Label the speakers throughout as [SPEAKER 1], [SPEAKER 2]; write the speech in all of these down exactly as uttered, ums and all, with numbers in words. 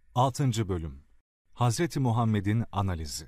[SPEAKER 1] altıncı. Bölüm Hazreti Muhammed'in analizi.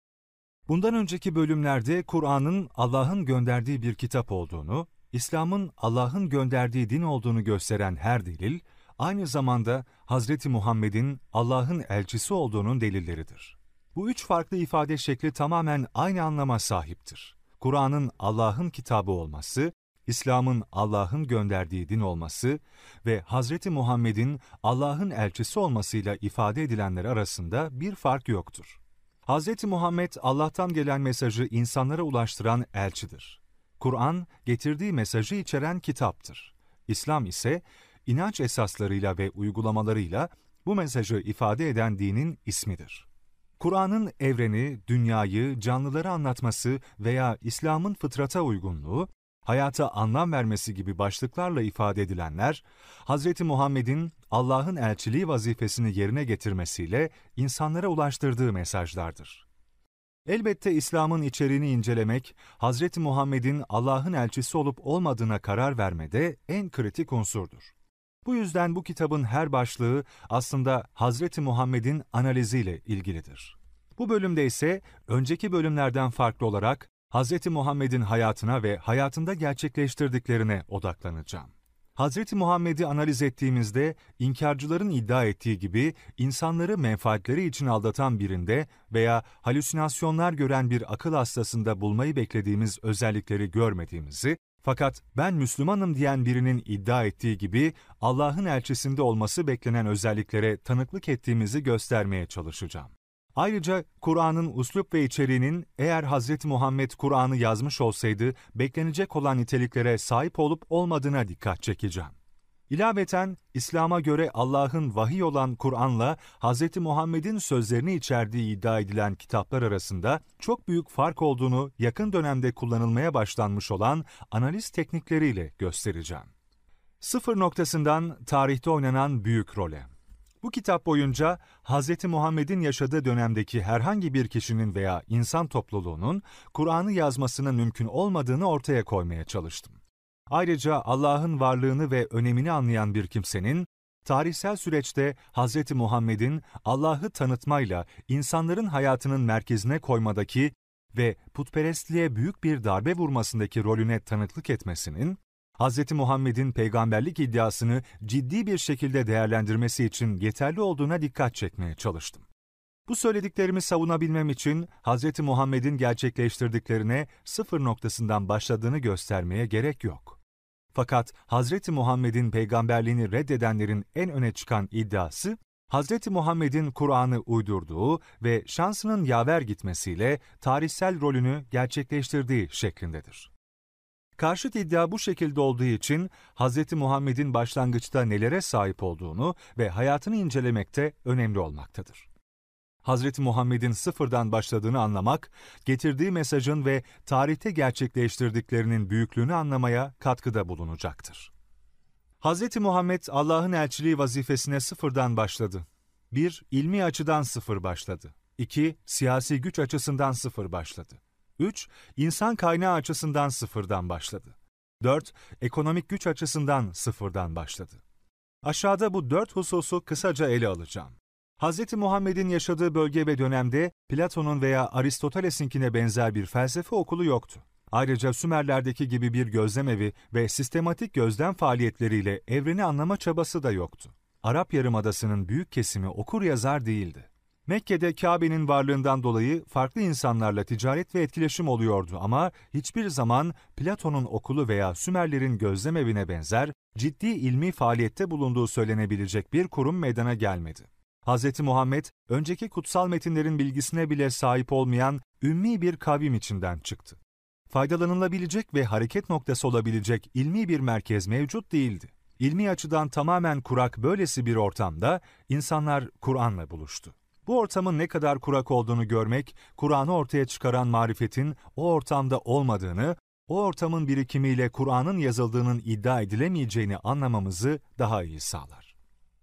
[SPEAKER 1] Bundan önceki bölümlerde Kur'an'ın Allah'ın gönderdiği bir kitap olduğunu, İslam'ın Allah'ın gönderdiği din olduğunu gösteren her delil, aynı zamanda Hazreti Muhammed'in Allah'ın elçisi olduğunun delilleridir. Bu üç farklı ifade şekli tamamen aynı anlama sahiptir. Kur'an'ın Allah'ın kitabı olması, İslam'ın Allah'ın gönderdiği din olması ve Hazreti Muhammed'in Allah'ın elçisi olmasıyla ifade edilenler arasında bir fark yoktur. Hazreti Muhammed Allah'tan gelen mesajı insanlara ulaştıran elçidir. Kur'an, getirdiği mesajı içeren kitaptır. İslam ise inanç esaslarıyla ve uygulamalarıyla bu mesajı ifade eden dinin ismidir. Kur'an'ın evreni, dünyayı, canlıları anlatması veya İslam'ın fıtrata uygunluğu, hayata anlam vermesi gibi başlıklarla ifade edilenler, Hazreti Muhammed'in Allah'ın elçiliği vazifesini yerine getirmesiyle insanlara ulaştırdığı mesajlardır. Elbette İslam'ın içeriğini incelemek, Hazreti Muhammed'in Allah'ın elçisi olup olmadığına karar vermede en kritik unsurdur. Bu yüzden bu kitabın her başlığı aslında Hazreti Muhammed'in analiziyle ilgilidir. Bu bölümde ise önceki bölümlerden farklı olarak Hazreti Muhammed'in hayatına ve hayatında gerçekleştirdiklerine odaklanacağım. Hazreti Muhammed'i analiz ettiğimizde, inkarcıların iddia ettiği gibi insanları menfaatleri için aldatan birinde veya halüsinasyonlar gören bir akıl hastasında bulmayı beklediğimiz özellikleri görmediğimizi, fakat ben Müslümanım diyen birinin iddia ettiği gibi Allah'ın elçisinde olması beklenen özelliklere tanıklık ettiğimizi göstermeye çalışacağım. Ayrıca Kur'an'ın üslup ve içeriğinin eğer Hazreti Muhammed Kur'an'ı yazmış olsaydı beklenecek olan niteliklere sahip olup olmadığına dikkat çekeceğim. İlaveten İslam'a göre Allah'ın vahiy olan Kur'an'la Hazreti Muhammed'in sözlerini içerdiği iddia edilen kitaplar arasında çok büyük fark olduğunu yakın dönemde kullanılmaya başlanmış olan analiz teknikleriyle göstereceğim. Sıfır noktasından tarihte oynanan büyük role. Bu kitap boyunca Hazreti Muhammed'in yaşadığı dönemdeki herhangi bir kişinin veya insan topluluğunun Kur'an'ı yazmasının mümkün olmadığını ortaya koymaya çalıştım. Ayrıca Allah'ın varlığını ve önemini anlayan bir kimsenin, tarihsel süreçte Hazreti Muhammed'in Allah'ı tanıtmayla insanların hayatının merkezine koymadaki ve putperestliğe büyük bir darbe vurmasındaki rolüne tanıklık etmesinin, Hazreti Muhammed'in peygamberlik iddiasını ciddi bir şekilde değerlendirmesi için yeterli olduğuna dikkat çekmeye çalıştım. Bu söylediklerimi savunabilmem için Hazreti Muhammed'in gerçekleştirdiklerine sıfır noktasından başladığını göstermeye gerek yok. Fakat Hazreti Muhammed'in peygamberliğini reddedenlerin en öne çıkan iddiası, Hazreti Muhammed'in Kur'an'ı uydurduğu ve şansının yaver gitmesiyle tarihsel rolünü gerçekleştirdiği şeklindedir. Karşıt iddia bu şekilde olduğu için Hazreti Muhammed'in başlangıçta nelere sahip olduğunu ve hayatını incelemekte önemli olmaktadır. Hazreti Muhammed'in sıfırdan başladığını anlamak, getirdiği mesajın ve tarihte gerçekleştirdiklerinin büyüklüğünü anlamaya katkıda bulunacaktır. Hazreti Muhammed Allah'ın elçiliği vazifesine sıfırdan başladı. bir İlmi açıdan sıfır başladı. iki Siyasi güç açısından sıfır başladı. üç İnsan kaynağı açısından sıfırdan başladı. dört Ekonomik güç açısından sıfırdan başladı. Aşağıda bu dört hususu kısaca ele alacağım. Hazreti Muhammed'in yaşadığı bölge ve dönemde Platon'un veya Aristoteles'inkine benzer bir felsefe okulu yoktu. Ayrıca Sümerlerdeki gibi bir gözlemevi ve sistematik gözlem faaliyetleriyle evreni anlama çabası da yoktu. Arap Yarımadası'nın büyük kesimi okur yazar değildi. Mekke'de Kabe'nin varlığından dolayı farklı insanlarla ticaret ve etkileşim oluyordu ama hiçbir zaman Platon'un okulu veya Sümerlerin gözlemevine benzer ciddi ilmi faaliyette bulunduğu söylenebilecek bir kurum meydana gelmedi. Hz. Muhammed, önceki kutsal metinlerin bilgisine bile sahip olmayan ümmi bir kavim içinden çıktı. Faydalanılabilecek ve hareket noktası olabilecek ilmi bir merkez mevcut değildi. İlmi açıdan tamamen kurak böylesi bir ortamda insanlar Kur'an'la buluştu. Bu ortamın ne kadar kurak olduğunu görmek, Kur'an'ı ortaya çıkaran marifetin o ortamda olmadığını, o ortamın birikimiyle Kur'an'ın yazıldığının iddia edilemeyeceğini anlamamızı daha iyi sağlar.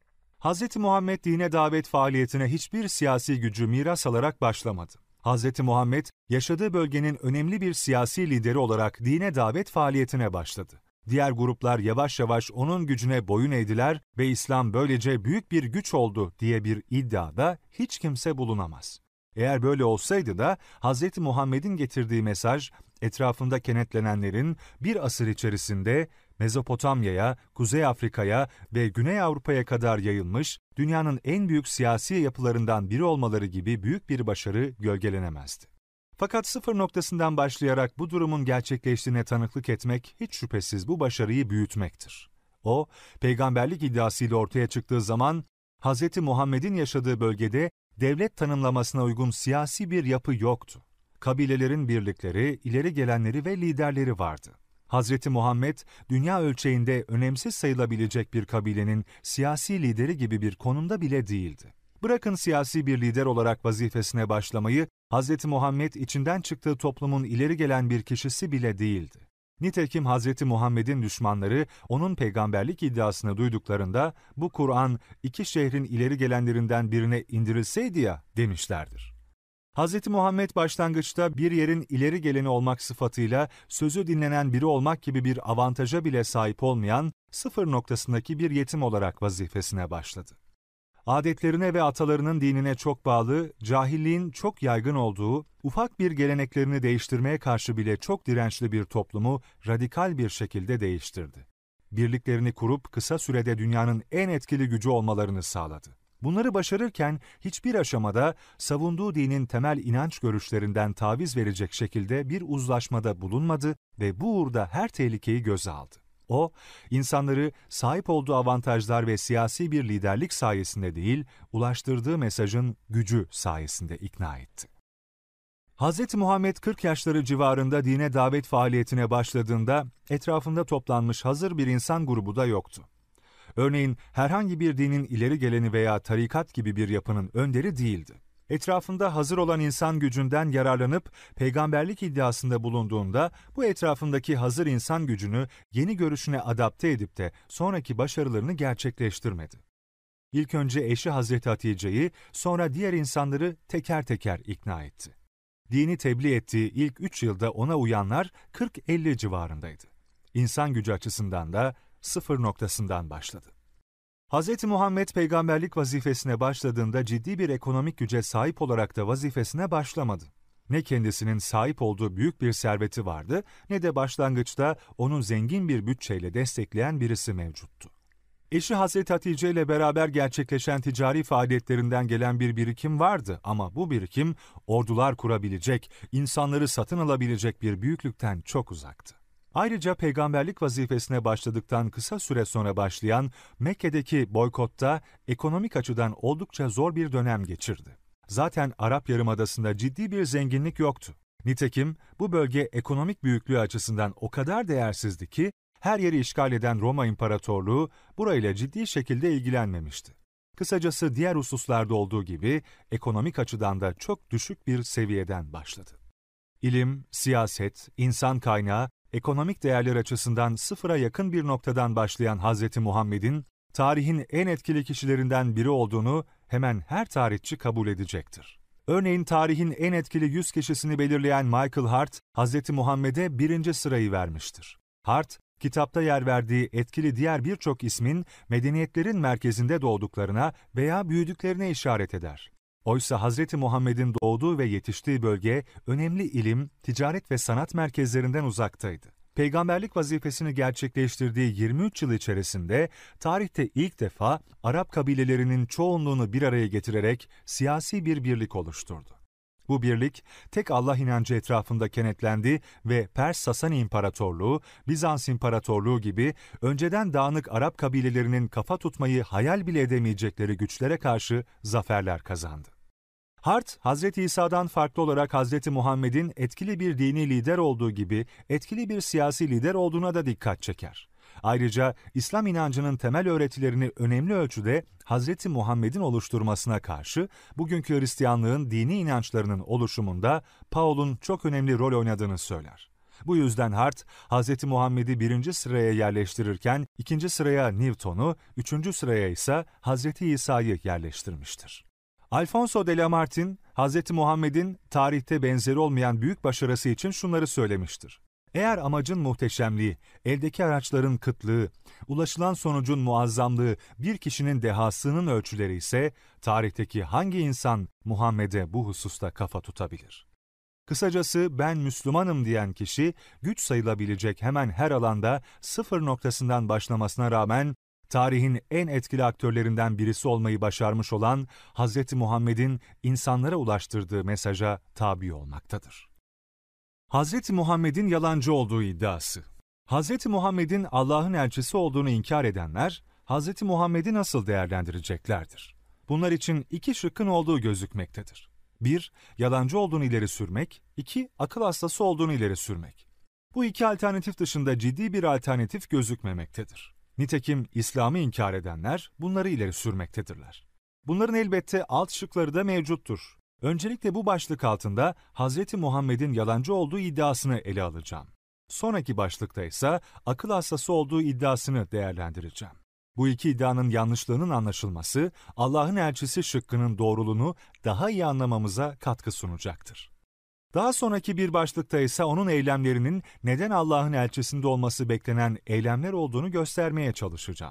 [SPEAKER 1] Hz. Muhammed dine davet faaliyetine hiçbir siyasi gücü miras alarak başlamadı. Hz. Muhammed, yaşadığı bölgenin önemli bir siyasi lideri olarak dine davet faaliyetine başladı. Diğer gruplar yavaş yavaş onun gücüne boyun eğdiler ve İslam böylece büyük bir güç oldu diye bir iddiada hiç kimse bulunamaz. Eğer böyle olsaydı da Hz. Muhammed'in getirdiği mesaj, etrafında kenetlenenlerin bir asır içerisinde Mezopotamya'ya, Kuzey Afrika'ya ve Güney Avrupa'ya kadar yayılmış, dünyanın en büyük siyasi yapılarından biri olmaları gibi büyük bir başarı gölgelenemezdi. Fakat sıfır noktasından başlayarak bu durumun gerçekleştiğine tanıklık etmek hiç şüphesiz bu başarıyı büyütmektir. O, peygamberlik iddiasıyla ortaya çıktığı zaman, Hz. Muhammed'in yaşadığı bölgede devlet tanımlamasına uygun siyasi bir yapı yoktu. Kabilelerin birlikleri, ileri gelenleri ve liderleri vardı. Hz. Muhammed, dünya ölçeğinde önemsiz sayılabilecek bir kabilenin siyasi lideri gibi bir konumda bile değildi. Bırakın siyasi bir lider olarak vazifesine başlamayı, Hz. Muhammed içinden çıktığı toplumun ileri gelen bir kişisi bile değildi. Nitekim Hz. Muhammed'in düşmanları onun peygamberlik iddiasını duyduklarında bu Kur'an iki şehrin ileri gelenlerinden birine indirilseydi ya demişlerdir. Hz. Muhammed başlangıçta bir yerin ileri geleni olmak sıfatıyla sözü dinlenen biri olmak gibi bir avantaja bile sahip olmayan sıfır noktasındaki bir yetim olarak vazifesine başladı. Adetlerine ve atalarının dinine çok bağlı, cahilliğin çok yaygın olduğu, ufak bir geleneklerini değiştirmeye karşı bile çok dirençli bir toplumu radikal bir şekilde değiştirdi. Birliklerini kurup kısa sürede dünyanın en etkili gücü olmalarını sağladı. Bunları başarırken hiçbir aşamada savunduğu dinin temel inanç görüşlerinden taviz verecek şekilde bir uzlaşmada bulunmadı ve bu uğurda her tehlikeyi göze aldı. O, insanları sahip olduğu avantajlar ve siyasi bir liderlik sayesinde değil, ulaştırdığı mesajın gücü sayesinde ikna etti. Hz. Muhammed kırk yaşları civarında dine davet faaliyetine başladığında etrafında toplanmış hazır bir insan grubu da yoktu. Örneğin herhangi bir dinin ileri geleni veya tarikat gibi bir yapının önderi değildi. Etrafında hazır olan insan gücünden yararlanıp peygamberlik iddiasında bulunduğunda bu etrafındaki hazır insan gücünü yeni görüşüne adapte edip de sonraki başarılarını gerçekleştirmedi. İlk önce eşi Hazreti Hatice'yi, sonra diğer insanları teker teker ikna etti. Dini tebliğ ettiği ilk üç yılda ona uyanlar kırk elli civarındaydı. İnsan gücü açısından da sıfır noktasından başladı. Hz. Muhammed peygamberlik vazifesine başladığında ciddi bir ekonomik güce sahip olarak da vazifesine başlamadı. Ne kendisinin sahip olduğu büyük bir serveti vardı, ne de başlangıçta onu zengin bir bütçeyle destekleyen birisi mevcuttu. Eşi Hazreti Hatice ile beraber gerçekleşen ticari faaliyetlerinden gelen bir birikim vardı ama bu birikim ordular kurabilecek, insanları satın alabilecek bir büyüklükten çok uzaktı. Ayrıca peygamberlik vazifesine başladıktan kısa süre sonra başlayan Mekke'deki boykotta ekonomik açıdan oldukça zor bir dönem geçirdi. Zaten Arap Yarımadası'nda ciddi bir zenginlik yoktu. Nitekim bu bölge ekonomik büyüklüğü açısından o kadar değersizdi ki her yeri işgal eden Roma İmparatorluğu burayla ciddi şekilde ilgilenmemişti. Kısacası diğer hususlarda olduğu gibi ekonomik açıdan da çok düşük bir seviyeden başladı. İlim, siyaset, insan kaynağı, ekonomik değerler açısından sıfıra yakın bir noktadan başlayan Hz. Muhammed'in tarihin en etkili kişilerinden biri olduğunu hemen her tarihçi kabul edecektir. Örneğin tarihin en etkili yüz kişisini belirleyen Michael Hart, Hz. Muhammed'e birinci sırayı vermiştir. Hart, kitapta yer verdiği etkili diğer birçok ismin medeniyetlerin merkezinde doğduklarına veya büyüdüklerine işaret eder. Oysa Hz. Muhammed'in doğduğu ve yetiştiği bölge önemli ilim, ticaret ve sanat merkezlerinden uzaktaydı. Peygamberlik vazifesini gerçekleştirdiği yirmi üç yıl içerisinde tarihte ilk defa Arap kabilelerinin çoğunluğunu bir araya getirerek siyasi bir birlik oluşturdu. Bu birlik tek Allah inancı etrafında kenetlendi ve Pers-Sasani İmparatorluğu, Bizans İmparatorluğu gibi önceden dağınık Arap kabilelerinin kafa tutmayı hayal bile edemeyecekleri güçlere karşı zaferler kazandı. Hart, Hz. İsa'dan farklı olarak Hz. Muhammed'in etkili bir dini lider olduğu gibi etkili bir siyasi lider olduğuna da dikkat çeker. Ayrıca İslam inancının temel öğretilerini önemli ölçüde Hz. Muhammed'in oluşturmasına karşı bugünkü Hristiyanlığın dini inançlarının oluşumunda Paul'un çok önemli rol oynadığını söyler. Bu yüzden Hart, Hz. Muhammed'i birinci sıraya yerleştirirken ikinci sıraya Newton'u, üçüncü sıraya ise Hz. İsa'yı yerleştirmiştir. Alfonso de Lamartine, Hz. Muhammed'in tarihte benzeri olmayan büyük başarısı için şunları söylemiştir. Eğer amacın muhteşemliği, eldeki araçların kıtlığı, ulaşılan sonucun muazzamlığı, bir kişinin dehasının ölçüleri ise, tarihteki hangi insan Muhammed'e bu hususta kafa tutabilir? Kısacası ben Müslümanım diyen kişi, güç sayılabilecek hemen her alanda sıfır noktasından başlamasına rağmen, tarihin en etkili aktörlerinden birisi olmayı başarmış olan Hz. Muhammed'in insanlara ulaştırdığı mesaja tabi olmaktadır. Hz. Muhammed'in yalancı olduğu iddiası. Hz. Muhammed'in Allah'ın elçisi olduğunu inkar edenler, Hz. Muhammed'i nasıl değerlendireceklerdir? Bunlar için iki şıkkın olduğu gözükmektedir. bir Yalancı olduğunu ileri sürmek, iki Akıl hastası olduğunu ileri sürmek. Bu iki alternatif dışında ciddi bir alternatif gözükmemektedir. Nitekim İslam'ı inkar edenler bunları ileri sürmektedirler. Bunların elbette alt şıkları da mevcuttur. Öncelikle bu başlık altında Hz. Muhammed'in yalancı olduğu iddiasını ele alacağım. Sonraki başlıkta ise akıl hastası olduğu iddiasını değerlendireceğim. Bu iki iddianın yanlışlığının anlaşılması, Allah'ın elçisi şıkkının doğruluğunu daha iyi anlamamıza katkı sunacaktır. Daha sonraki bir başlıkta ise onun eylemlerinin neden Allah'ın elçisinde olması beklenen eylemler olduğunu göstermeye çalışacağım.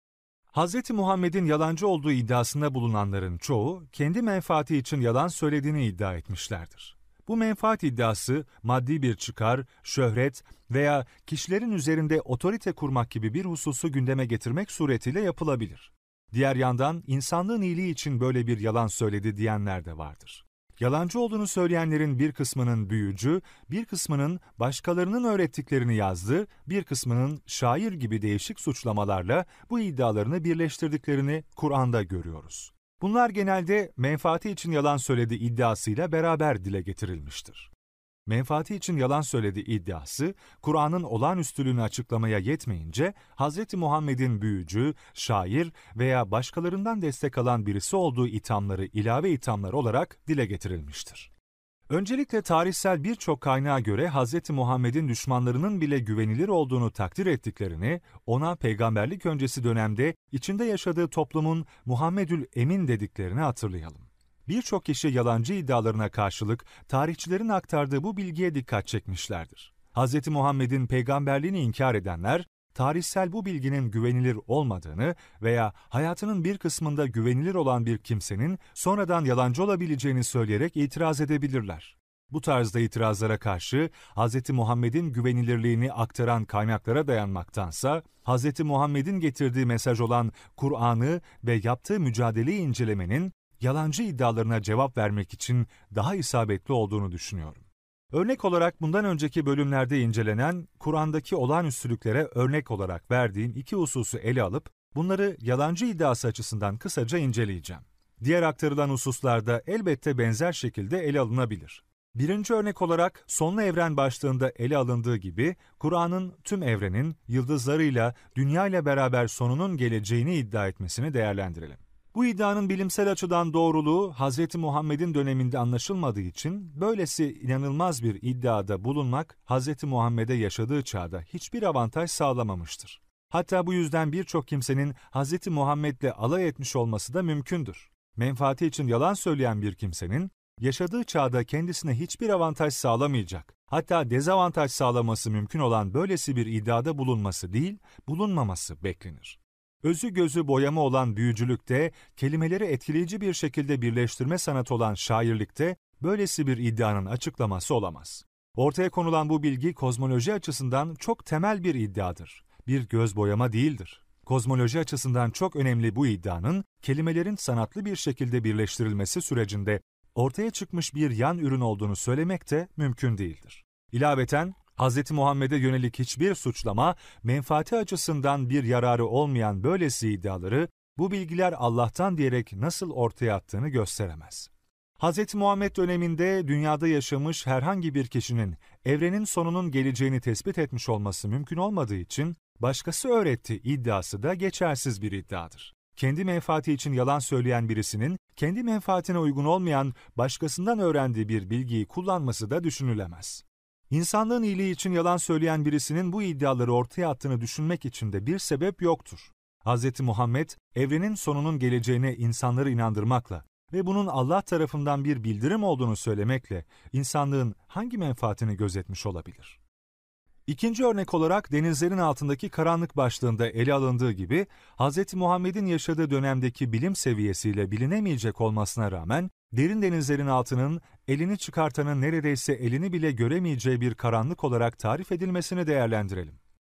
[SPEAKER 1] Hz. Muhammed'in yalancı olduğu iddiasında bulunanların çoğu, kendi menfaati için yalan söylediğini iddia etmişlerdir. Bu menfaat iddiası, maddi bir çıkar, şöhret veya kişilerin üzerinde otorite kurmak gibi bir hususu gündeme getirmek suretiyle yapılabilir. Diğer yandan, insanlığın iyiliği için böyle bir yalan söyledi diyenler de vardır. Yalancı olduğunu söyleyenlerin bir kısmının büyücü, bir kısmının başkalarının öğrettiklerini yazdı, bir kısmının şair gibi değişik suçlamalarla bu iddialarını birleştirdiklerini Kur'an'da görüyoruz. Bunlar genelde menfaati için yalan söyledi iddiasıyla beraber dile getirilmiştir. Menfaati için yalan söyledi iddiası, Kur'an'ın olağanüstülüğünü açıklamaya yetmeyince, Hz. Muhammed'in büyücü, şair veya başkalarından destek alan birisi olduğu ithamları ilave ithamlar olarak dile getirilmiştir. Öncelikle tarihsel birçok kaynağa göre Hz. Muhammed'in düşmanlarının bile güvenilir olduğunu takdir ettiklerini, ona peygamberlik öncesi dönemde içinde yaşadığı toplumun Muhammedül Emin dediklerini hatırlayalım. Birçok kişi yalancı iddialarına karşılık tarihçilerin aktardığı bu bilgiye dikkat çekmişlerdir. Hz. Muhammed'in peygamberliğini inkar edenler, tarihsel bu bilginin güvenilir olmadığını veya hayatının bir kısmında güvenilir olan bir kimsenin sonradan yalancı olabileceğini söyleyerek itiraz edebilirler. Bu tarzda itirazlara karşı Hz. Muhammed'in güvenilirliğini aktaran kaynaklara dayanmaktansa, Hz. Muhammed'in getirdiği mesaj olan Kur'an'ı ve yaptığı mücadeleyi incelemenin yalancı iddialarına cevap vermek için daha isabetli olduğunu düşünüyorum. Örnek olarak bundan önceki bölümlerde incelenen Kur'an'daki olağanüstülüklere örnek olarak verdiğim iki hususu ele alıp bunları yalancı iddiası açısından kısaca inceleyeceğim. Diğer aktarılan hususlarda elbette benzer şekilde ele alınabilir. Birinci örnek olarak sonlu evren başlığında ele alındığı gibi Kur'an'ın tüm evrenin yıldızlarıyla, dünya ile beraber sonunun geleceğini iddia etmesini değerlendirelim. Bu iddianın bilimsel açıdan doğruluğu Hz. Muhammed'in döneminde anlaşılmadığı için böylesi inanılmaz bir iddiada bulunmak Hz. Muhammed'e yaşadığı çağda hiçbir avantaj sağlamamıştır. Hatta bu yüzden birçok kimsenin Hz. Muhammed'le alay etmiş olması da mümkündür. Menfaati için yalan söyleyen bir kimsenin yaşadığı çağda kendisine hiçbir avantaj sağlamayacak, hatta dezavantaj sağlaması mümkün olan böylesi bir iddiada bulunması değil, bulunmaması beklenir. Özü gözü boyama olan büyücülükte, kelimeleri etkileyici bir şekilde birleştirme sanatı olan şairlikte böylesi bir iddianın açıklaması olamaz. Ortaya konulan bu bilgi kozmoloji açısından çok temel bir iddiadır. Bir göz boyama değildir. Kozmoloji açısından çok önemli bu iddianın, kelimelerin sanatlı bir şekilde birleştirilmesi sürecinde ortaya çıkmış bir yan ürün olduğunu söylemek de mümkün değildir. İlaveten, Hz. Muhammed'e yönelik hiçbir suçlama, menfaati açısından bir yararı olmayan böylesi iddiaları, bu bilgiler Allah'tan diyerek nasıl ortaya attığını gösteremez. Hz. Muhammed döneminde dünyada yaşamış herhangi bir kişinin evrenin sonunun geleceğini tespit etmiş olması mümkün olmadığı için, başkası öğretti iddiası da geçersiz bir iddiadır. Kendi menfaati için yalan söyleyen birisinin, kendi menfaatine uygun olmayan başkasından öğrendiği bir bilgiyi kullanması da düşünülemez. İnsanlığın iyiliği için yalan söyleyen birisinin bu iddiaları ortaya attığını düşünmek için de bir sebep yoktur. Hz. Muhammed, evrenin sonunun geleceğine insanları inandırmakla ve bunun Allah tarafından bir bildirim olduğunu söylemekle insanlığın hangi menfaatini gözetmiş olabilir? İkinci örnek olarak denizlerin altındaki karanlık başlığında ele alındığı gibi, Hz. Muhammed'in yaşadığı dönemdeki bilim seviyesiyle bilinemeyecek olmasına rağmen, derin denizlerin altının elini çıkartanın neredeyse elini bile göremeyeceği bir karanlık olarak tarif edilmesini değerlendirelim.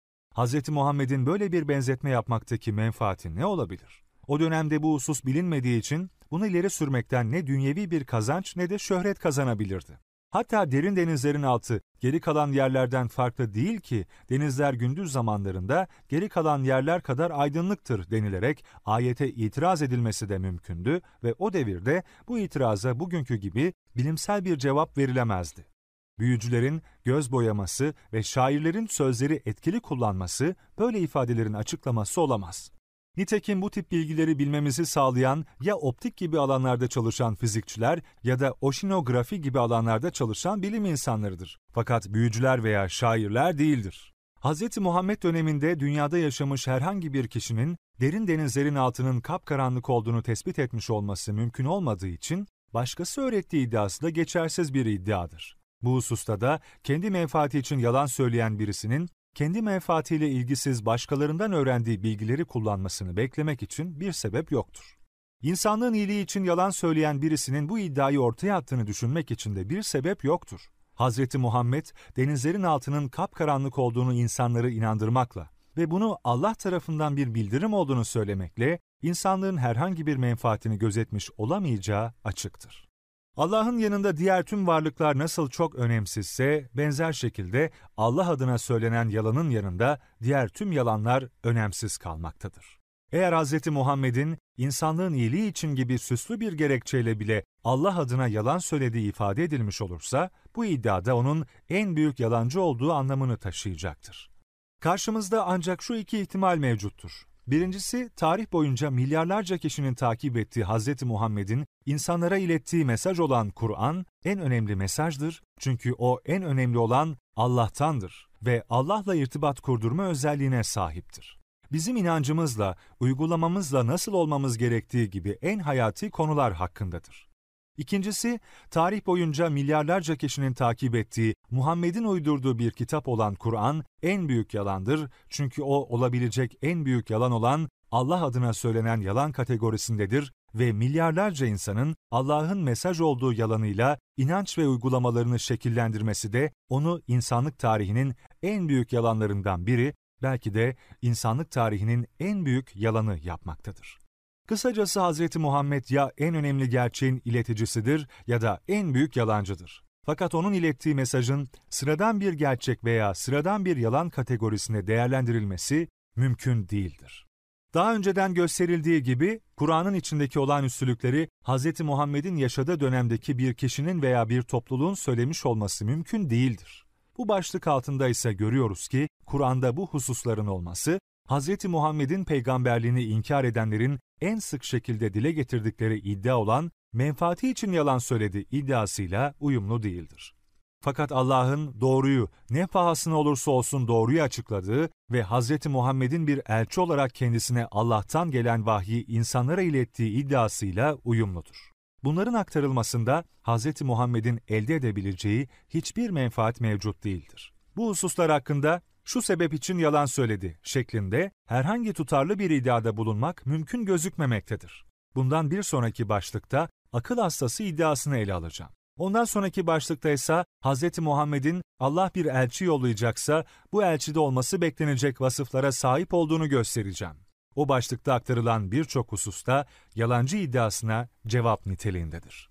[SPEAKER 1] Hz. Muhammed'in böyle bir benzetme yapmaktaki menfaati ne olabilir? O dönemde bu husus bilinmediği için bunu ileri sürmekten ne dünyevi bir kazanç ne de şöhret kazanabilirdi. Hatta derin denizlerin altı geri kalan yerlerden farklı değil ki denizler gündüz zamanlarında geri kalan yerler kadar aydınlıktır denilerek ayete itiraz edilmesi de mümkündü ve o devirde bu itiraza bugünkü gibi bilimsel bir cevap verilemezdi. Büyücülerin göz boyaması ve şairlerin sözleri etkili kullanması böyle ifadelerin açıklaması olamaz. Nitekim bu tip bilgileri bilmemizi sağlayan ya optik gibi alanlarda çalışan fizikçiler ya da oşinografi gibi alanlarda çalışan bilim insanlarıdır. Fakat büyücüler veya şairler değildir. Hz. Muhammed döneminde dünyada yaşamış herhangi bir kişinin derin denizlerin altının kapkaranlık olduğunu tespit etmiş olması mümkün olmadığı için başkası öğrettiği iddiası da geçersiz bir iddiadır. Bu hususta da kendi menfaati için yalan söyleyen birisinin kendi menfaatiyle ilgisiz başkalarından öğrendiği bilgileri kullanmasını beklemek için bir sebep yoktur. İnsanlığın iyiliği için yalan söyleyen birisinin bu iddiayı ortaya attığını düşünmek için de bir sebep yoktur. Hz. Muhammed, denizlerin altının kapkaranlık olduğunu insanları inandırmakla ve bunu Allah tarafından bir bildirim olduğunu söylemekle insanlığın herhangi bir menfaatini gözetmiş olamayacağı açıktır. Allah'ın yanında diğer tüm varlıklar nasıl çok önemsizse, benzer şekilde Allah adına söylenen yalanın yanında diğer tüm yalanlar önemsiz kalmaktadır. Eğer Hz. Muhammed'in insanlığın iyiliği için gibi süslü bir gerekçeyle bile Allah adına yalan söylediği ifade edilmiş olursa, bu iddiada onun en büyük yalancı olduğu anlamını taşıyacaktır. Karşımızda ancak şu iki ihtimal mevcuttur. Birincisi, tarih boyunca milyarlarca kişinin takip ettiği Hz. Muhammed'in insanlara ilettiği mesaj olan Kur'an en önemli mesajdır çünkü o en önemli olan Allah'tandır ve Allah'la irtibat kurdurma özelliğine sahiptir. Bizim inancımızla, uygulamamızla nasıl olmamız gerektiği gibi en hayati konular hakkındadır. İkincisi, tarih boyunca milyarlarca kişinin takip ettiği, Muhammed'in uydurduğu bir kitap olan Kur'an en büyük yalandır çünkü o olabilecek en büyük yalan olan Allah adına söylenen yalan kategorisindedir ve milyarlarca insanın Allah'ın mesaj olduğu yalanıyla inanç ve uygulamalarını şekillendirmesi de onu insanlık tarihinin en büyük yalanlarından biri, belki de insanlık tarihinin en büyük yalanı yapmaktadır. Kısacası Hz. Muhammed ya en önemli gerçeğin ileticisidir ya da en büyük yalancıdır. Fakat onun ilettiği mesajın sıradan bir gerçek veya sıradan bir yalan kategorisine değerlendirilmesi mümkün değildir. Daha önceden gösterildiği gibi Kur'an'ın içindeki olağanüstülükleri Hz. Muhammed'in yaşadığı dönemdeki bir kişinin veya bir topluluğun söylemiş olması mümkün değildir. Bu başlık altında ise görüyoruz ki Kur'an'da bu hususların olması, Hz. Muhammed'in peygamberliğini inkar edenlerin en sık şekilde dile getirdikleri iddia olan menfaati için yalan söyledi iddiasıyla uyumlu değildir. Fakat Allah'ın doğruyu ne pahasına olursa olsun doğruyu açıkladığı ve Hz. Muhammed'in bir elçi olarak kendisine Allah'tan gelen vahyi insanlara ilettiği iddiasıyla uyumludur. Bunların aktarılmasında Hz. Muhammed'in elde edebileceği hiçbir menfaat mevcut değildir. Bu hususlar hakkında şu sebep için yalan söyledi şeklinde herhangi tutarlı bir iddiada bulunmak mümkün gözükmemektedir. Bundan bir sonraki başlıkta akıl hastası iddiasını ele alacağım. Ondan sonraki başlıkta ise Hz. Muhammed'in Allah bir elçi yollayacaksa bu elçide olması beklenecek vasıflara sahip olduğunu göstereceğim. O başlıkta aktarılan birçok hususta yalancı iddiasına cevap niteliğindedir.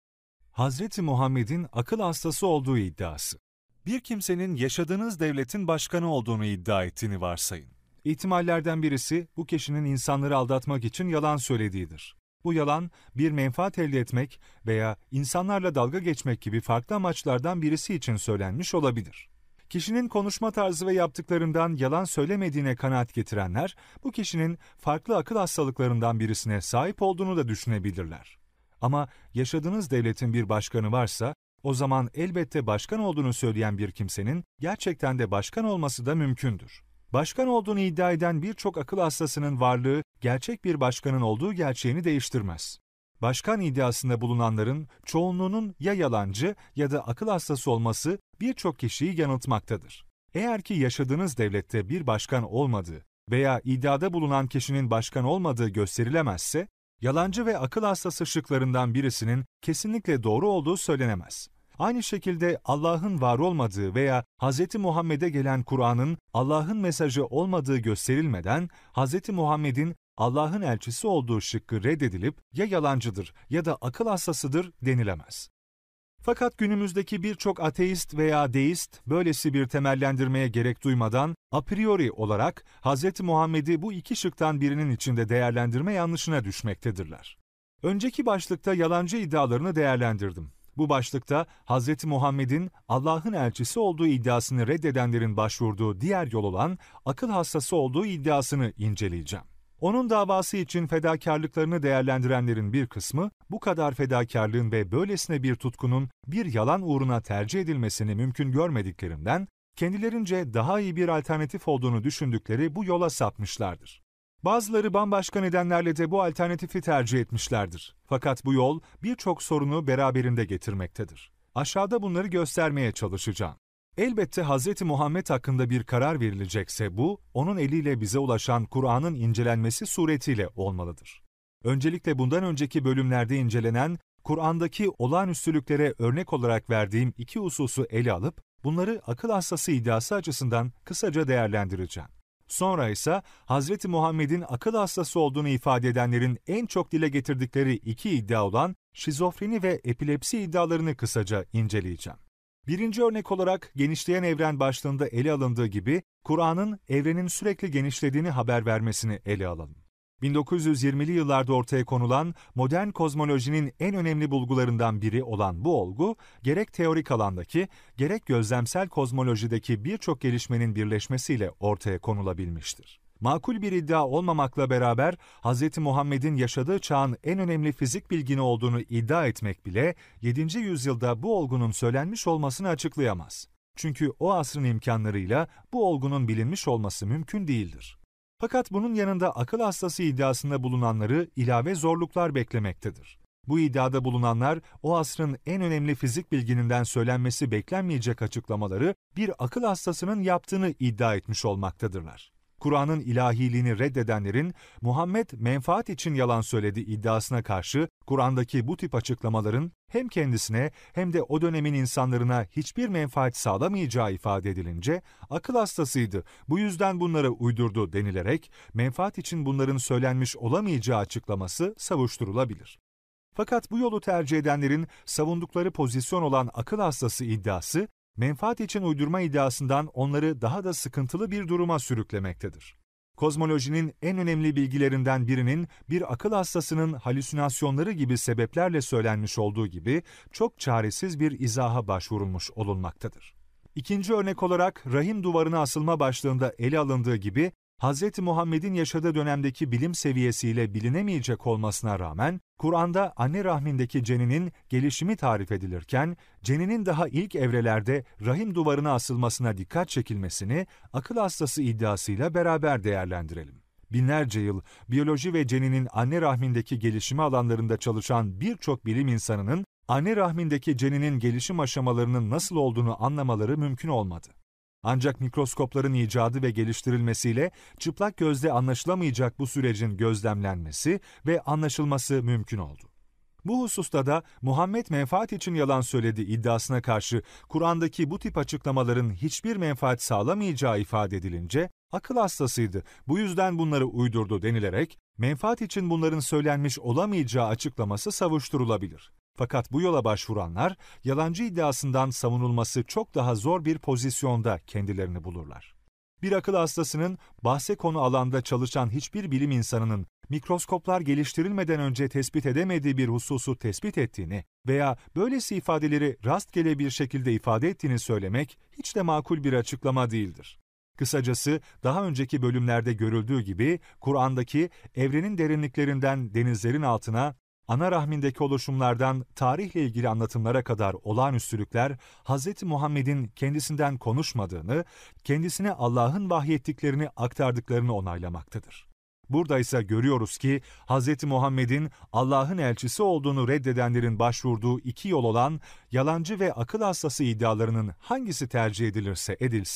[SPEAKER 1] Hz. Muhammed'in akıl hastası olduğu iddiası. Bir kimsenin yaşadığınız devletin başkanı olduğunu iddia ettiğini varsayın. İhtimallerden birisi bu kişinin insanları aldatmak için yalan söylediğidir. Bu yalan bir menfaat elde etmek veya insanlarla dalga geçmek gibi farklı amaçlardan birisi için söylenmiş olabilir. Kişinin konuşma tarzı ve yaptıklarından yalan söylemediğine kanaat getirenler, bu kişinin farklı akıl hastalıklarından birisine sahip olduğunu da düşünebilirler. Ama yaşadığınız devletin bir başkanı varsa, o zaman elbette başkan olduğunu söyleyen bir kimsenin gerçekten de başkan olması da mümkündür. Başkan olduğunu iddia eden birçok akıl hastasının varlığı gerçek bir başkanın olduğu gerçeğini değiştirmez. Başkan iddiasında bulunanların çoğunluğunun ya yalancı ya da akıl hastası olması birçok kişiyi yanıltmaktadır. Eğer ki yaşadığınız devlette bir başkan olmadığı veya iddiada bulunan kişinin başkan olmadığı gösterilemezse, yalancı ve akıl hastası şıklarından birisinin kesinlikle doğru olduğu söylenemez. Aynı şekilde Allah'ın var olmadığı veya Hz. Muhammed'e gelen Kur'an'ın Allah'ın mesajı olmadığı gösterilmeden, Hz. Muhammed'in Allah'ın elçisi olduğu şıkkı reddedilip ya yalancıdır ya da akıl hastasıdır denilemez. Fakat günümüzdeki birçok ateist veya deist böylesi bir temellendirmeye gerek duymadan a priori olarak Hz. Muhammed'i bu iki şıktan birinin içinde değerlendirme yanlışına düşmektedirler. Önceki başlıkta yalancı iddialarını değerlendirdim. Bu başlıkta Hz. Muhammed'in Allah'ın elçisi olduğu iddiasını reddedenlerin başvurduğu diğer yol olan akıl hastası olduğu iddiasını inceleyeceğim. Onun davası için fedakarlıklarını değerlendirenlerin bir kısmı, bu kadar fedakarlığın ve böylesine bir tutkunun bir yalan uğruna tercih edilmesini mümkün görmediklerinden, kendilerince daha iyi bir alternatif olduğunu düşündükleri bu yola sapmışlardır. Bazıları bambaşka nedenlerle de bu alternatifi tercih etmişlerdir. Fakat bu yol birçok sorunu beraberinde getirmektedir. Aşağıda bunları göstermeye çalışacağım. Elbette Hz. Muhammed hakkında bir karar verilecekse bu, onun eliyle bize ulaşan Kur'an'ın incelenmesi suretiyle olmalıdır. Öncelikle bundan önceki bölümlerde incelenen, Kur'an'daki olağanüstülüklere örnek olarak verdiğim iki hususu ele alıp, bunları akıl hastası iddiası açısından kısaca değerlendireceğim. Sonra ise Hz. Muhammed'in akıl hastası olduğunu ifade edenlerin en çok dile getirdikleri iki iddia olan şizofreni ve epilepsi iddialarını kısaca inceleyeceğim. Birinci örnek olarak genişleyen evren başlığında ele alındığı gibi Kur'an'ın evrenin sürekli genişlediğini haber vermesini ele alalım. bin dokuz yüz yirmili yıllarda ortaya konulan modern kozmolojinin en önemli bulgularından biri olan bu olgu, gerek teorik alandaki, gerek gözlemsel kozmolojideki birçok gelişmenin birleşmesiyle ortaya konulabilmiştir. Makul bir iddia olmamakla beraber Hz. Muhammed'in yaşadığı çağın en önemli fizik bilgini olduğunu iddia etmek bile yedinci yüzyılda bu olgunun söylenmiş olmasını açıklayamaz. Çünkü o asrın imkanlarıyla bu olgunun bilinmiş olması mümkün değildir. Fakat bunun yanında akıl hastası iddiasında bulunanları ilave zorluklar beklemektedir. Bu iddiada bulunanlar o asrın en önemli fizik bilgininden söylenmesi beklenmeyecek açıklamaları bir akıl hastasının yaptığını iddia etmiş olmaktadırlar. Kur'an'ın ilahiliğini reddedenlerin Muhammed menfaat için yalan söyledi iddiasına karşı Kur'an'daki bu tip açıklamaların hem kendisine hem de o dönemin insanlarına hiçbir menfaat sağlamayacağı ifade edilince akıl hastasıydı, bu yüzden bunları uydurdu denilerek menfaat için bunların söylenmiş olamayacağı açıklaması savuşturulabilir. Fakat bu yolu tercih edenlerin savundukları pozisyon olan akıl hastası iddiası, menfaat için uydurma iddiasından onları daha da sıkıntılı bir duruma sürüklemektedir. Kozmolojinin en önemli bilgilerinden birinin bir akıl hastasının halüsinasyonları gibi sebeplerle söylenmiş olduğu gibi çok çaresiz bir izaha başvurulmuş olunmaktadır. İkinci örnek olarak rahim duvarına asılma başlığında ele alındığı gibi Hz. Muhammed'in yaşadığı dönemdeki bilim seviyesiyle bilinemeyecek olmasına rağmen, Kur'an'da anne rahmindeki ceninin gelişimi tarif edilirken, ceninin daha ilk evrelerde rahim duvarına asılmasına dikkat çekilmesini akıl hastası iddiasıyla beraber değerlendirelim. Binlerce yıl biyoloji ve ceninin anne rahmindeki gelişimi alanlarında çalışan birçok bilim insanının, anne rahmindeki ceninin gelişim aşamalarının nasıl olduğunu anlamaları mümkün olmadı. Ancak mikroskopların icadı ve geliştirilmesiyle çıplak gözle anlaşılamayacak bu sürecin gözlemlenmesi ve anlaşılması mümkün oldu. Bu hususta da Muhammed menfaat için yalan söyledi iddiasına karşı Kur'an'daki bu tip açıklamaların hiçbir menfaat sağlamayacağı ifade edilince akıl hastasıydı, bu yüzden bunları uydurdu denilerek menfaat için bunların söylenmiş olamayacağı açıklaması savuşturulabilir. Fakat bu yola başvuranlar, yalancı iddiasından savunulması çok daha zor bir pozisyonda kendilerini bulurlar. Bir akıl hastasının, bahse konu alanda çalışan hiçbir bilim insanının mikroskoplar geliştirilmeden önce tespit edemediği bir hususu tespit ettiğini veya böylesi ifadeleri rastgele bir şekilde ifade ettiğini söylemek hiç de makul bir açıklama değildir. Kısacası daha önceki bölümlerde görüldüğü gibi Kur'an'daki evrenin derinliklerinden denizlerin altına, ana rahmindeki oluşumlardan tarihle ilgili anlatımlara kadar olağanüstülükler, Hz. Muhammed'in kendisinden konuşmadığını, kendisine Allah'ın vahyettiklerini aktardıklarını onaylamaktadır. Burada ise görüyoruz ki, Hz. Muhammed'in Allah'ın elçisi olduğunu reddedenlerin başvurduğu iki yol olan, yalancı ve akıl hastası iddialarının hangisi tercih edilirse edilsin,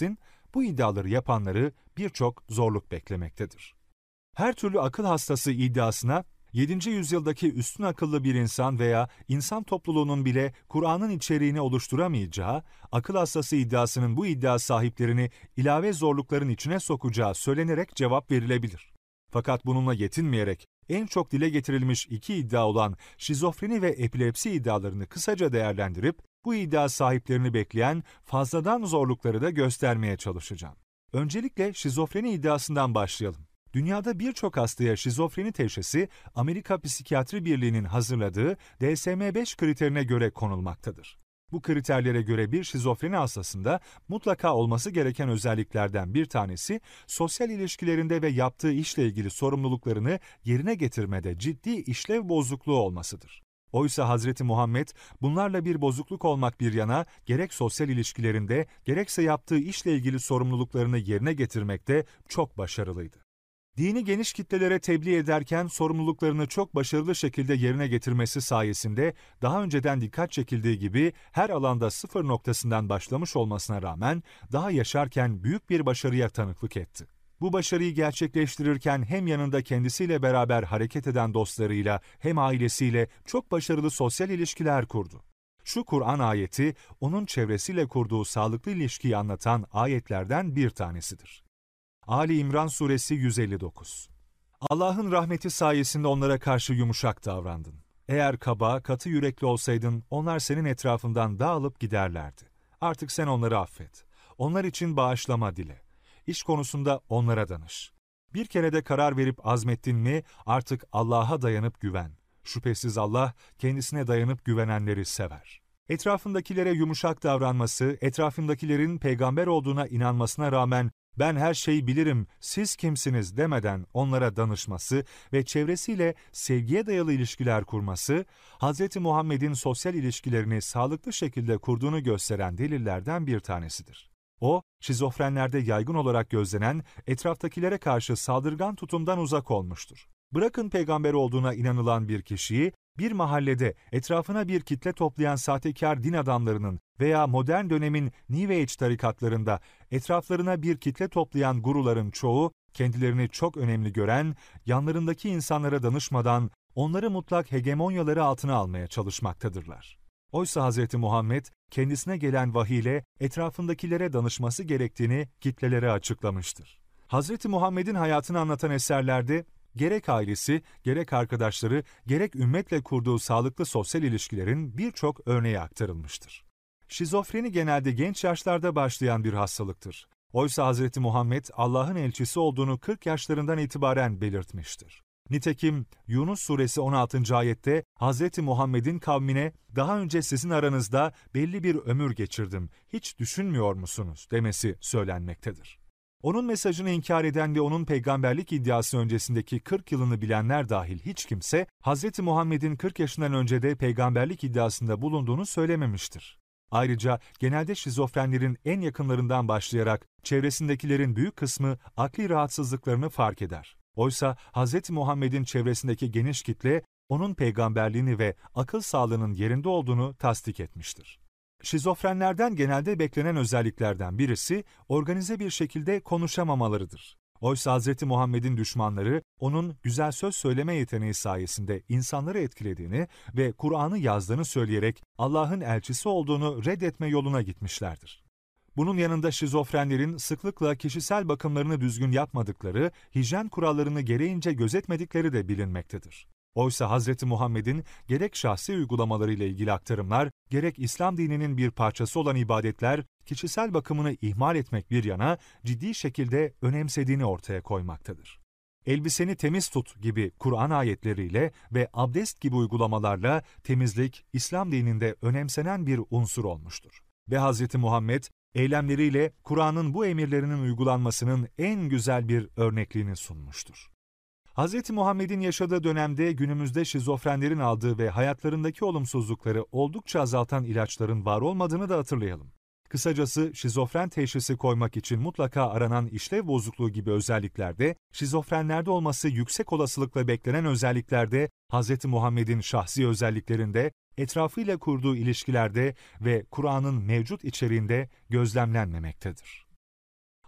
[SPEAKER 1] bu iddiaları yapanları birçok zorluk beklemektedir. Her türlü akıl hastası iddiasına, yedinci yüzyıldaki üstün akıllı bir insan veya insan topluluğunun bile Kur'an'ın içeriğini oluşturamayacağı, akıl hastası iddiasının bu iddia sahiplerini ilave zorlukların içine sokacağı söylenerek cevap verilebilir. Fakat bununla yetinmeyerek, en çok dile getirilmiş iki iddia olan şizofreni ve epilepsi iddialarını kısaca değerlendirip, bu iddia sahiplerini bekleyen fazladan zorlukları da göstermeye çalışacağım. Öncelikle şizofreni iddiasından başlayalım. Dünyada birçok hastaya şizofreni teşhisi Amerika Psikiyatri Birliği'nin hazırladığı D S M beş kriterine göre konulmaktadır. Bu kriterlere göre bir şizofreni hastasında mutlaka olması gereken özelliklerden bir tanesi, sosyal ilişkilerinde ve yaptığı işle ilgili sorumluluklarını yerine getirmede ciddi işlev bozukluğu olmasıdır. Oysa Hazreti Muhammed bunlarla bir bozukluk olmak bir yana gerek sosyal ilişkilerinde gerekse yaptığı işle ilgili sorumluluklarını yerine getirmekte çok başarılıydı. Dini geniş kitlelere tebliğ ederken sorumluluklarını çok başarılı şekilde yerine getirmesi sayesinde daha önceden dikkat çekildiği gibi her alanda sıfır noktasından başlamış olmasına rağmen daha yaşarken büyük bir başarıya tanıklık etti. Bu başarıyı gerçekleştirirken hem yanında kendisiyle beraber hareket eden dostlarıyla hem ailesiyle çok başarılı sosyal ilişkiler kurdu. Şu Kur'an ayeti onun çevresiyle kurduğu sağlıklı ilişkiyi anlatan ayetlerden bir tanesidir. Ali İmran Suresi yüz elli dokuz. Allah'ın rahmeti sayesinde onlara karşı yumuşak davrandın. Eğer kaba, katı yürekli olsaydın onlar senin etrafından dağılıp giderlerdi. Artık sen onları affet. Onlar için bağışlama dile. İş konusunda onlara danış. Bir kere de karar verip azmettin mi artık Allah'a dayanıp güven. Şüphesiz Allah kendisine dayanıp güvenenleri sever. Etrafındakilere yumuşak davranması, etrafındakilerin peygamber olduğuna inanmasına rağmen ben her şeyi bilirim, siz kimsiniz demeden onlara danışması ve çevresiyle sevgiye dayalı ilişkiler kurması, Hz. Muhammed'in sosyal ilişkilerini sağlıklı şekilde kurduğunu gösteren delillerden bir tanesidir. O, şizofrenlerde yaygın olarak gözlenen etraftakilere karşı saldırgan tutumdan uzak olmuştur. Bırakın peygamber olduğuna inanılan bir kişiyi, bir mahallede etrafına bir kitle toplayan sahtekar din adamlarının veya modern dönemin New Age tarikatlarında etraflarına bir kitle toplayan guruların çoğu, kendilerini çok önemli gören, yanlarındaki insanlara danışmadan onları mutlak hegemonyaları altına almaya çalışmaktadırlar. Oysa Hz. Muhammed, kendisine gelen vahiyle etrafındakilere danışması gerektiğini kitlelere açıklamıştır. Hz. Muhammed'in hayatını anlatan eserlerde, gerek ailesi, gerek arkadaşları, gerek ümmetle kurduğu sağlıklı sosyal ilişkilerin birçok örneği aktarılmıştır. Şizofreni genelde genç yaşlarda başlayan bir hastalıktır. Oysa Hz. Muhammed Allah'ın elçisi olduğunu kırk yaşlarından itibaren belirtmiştir. Nitekim Yunus Suresi on altıncı ayette Hz. Muhammed'in kavmine daha önce sizin aranızda belli bir ömür geçirdim, hiç düşünmüyor musunuz demesi söylenmektedir. Onun mesajını inkar eden ve onun peygamberlik iddiası öncesindeki kırk yılını bilenler dahil hiç kimse, Hz. Muhammed'in kırk yaşından önce de peygamberlik iddiasında bulunduğunu söylememiştir. Ayrıca genelde şizofrenlerin en yakınlarından başlayarak çevresindekilerin büyük kısmı akli rahatsızlıklarını fark eder. Oysa Hz. Muhammed'in çevresindeki geniş kitle, onun peygamberliğini ve akıl sağlığının yerinde olduğunu tasdik etmiştir. Şizofrenlerden genelde beklenen özelliklerden birisi, organize bir şekilde konuşamamalarıdır. Oysa Hz. Muhammed'in düşmanları, onun güzel söz söyleme yeteneği sayesinde insanları etkilediğini ve Kur'an'ı yazdığını söyleyerek Allah'ın elçisi olduğunu reddetme yoluna gitmişlerdir. Bunun yanında şizofrenlerin sıklıkla kişisel bakımlarını düzgün yapmadıkları, hijyen kurallarını gereğince gözetmedikleri de bilinmektedir. Oysa Hz. Muhammed'in gerek şahsi uygulamalarıyla ilgili aktarımlar, gerek İslam dininin bir parçası olan ibadetler, kişisel bakımını ihmal etmek bir yana ciddi şekilde önemsediğini ortaya koymaktadır. Elbiseni temiz tut gibi Kur'an ayetleriyle ve abdest gibi uygulamalarla temizlik, İslam dininde önemsenen bir unsur olmuştur. Ve Hz. Muhammed, eylemleriyle Kur'an'ın bu emirlerinin uygulanmasının en güzel bir örnekliğini sunmuştur. Hz. Muhammed'in yaşadığı dönemde günümüzde şizofrenlerin aldığı ve hayatlarındaki olumsuzlukları oldukça azaltan ilaçların var olmadığını da hatırlayalım. Kısacası şizofren teşhisi koymak için mutlaka aranan işlev bozukluğu gibi özelliklerde, şizofrenlerde olması yüksek olasılıkla beklenen özelliklerde, Hz. Muhammed'in şahsi özelliklerinde, etrafıyla kurduğu ilişkilerde ve Kur'an'ın mevcut içeriğinde gözlemlenmemektedir.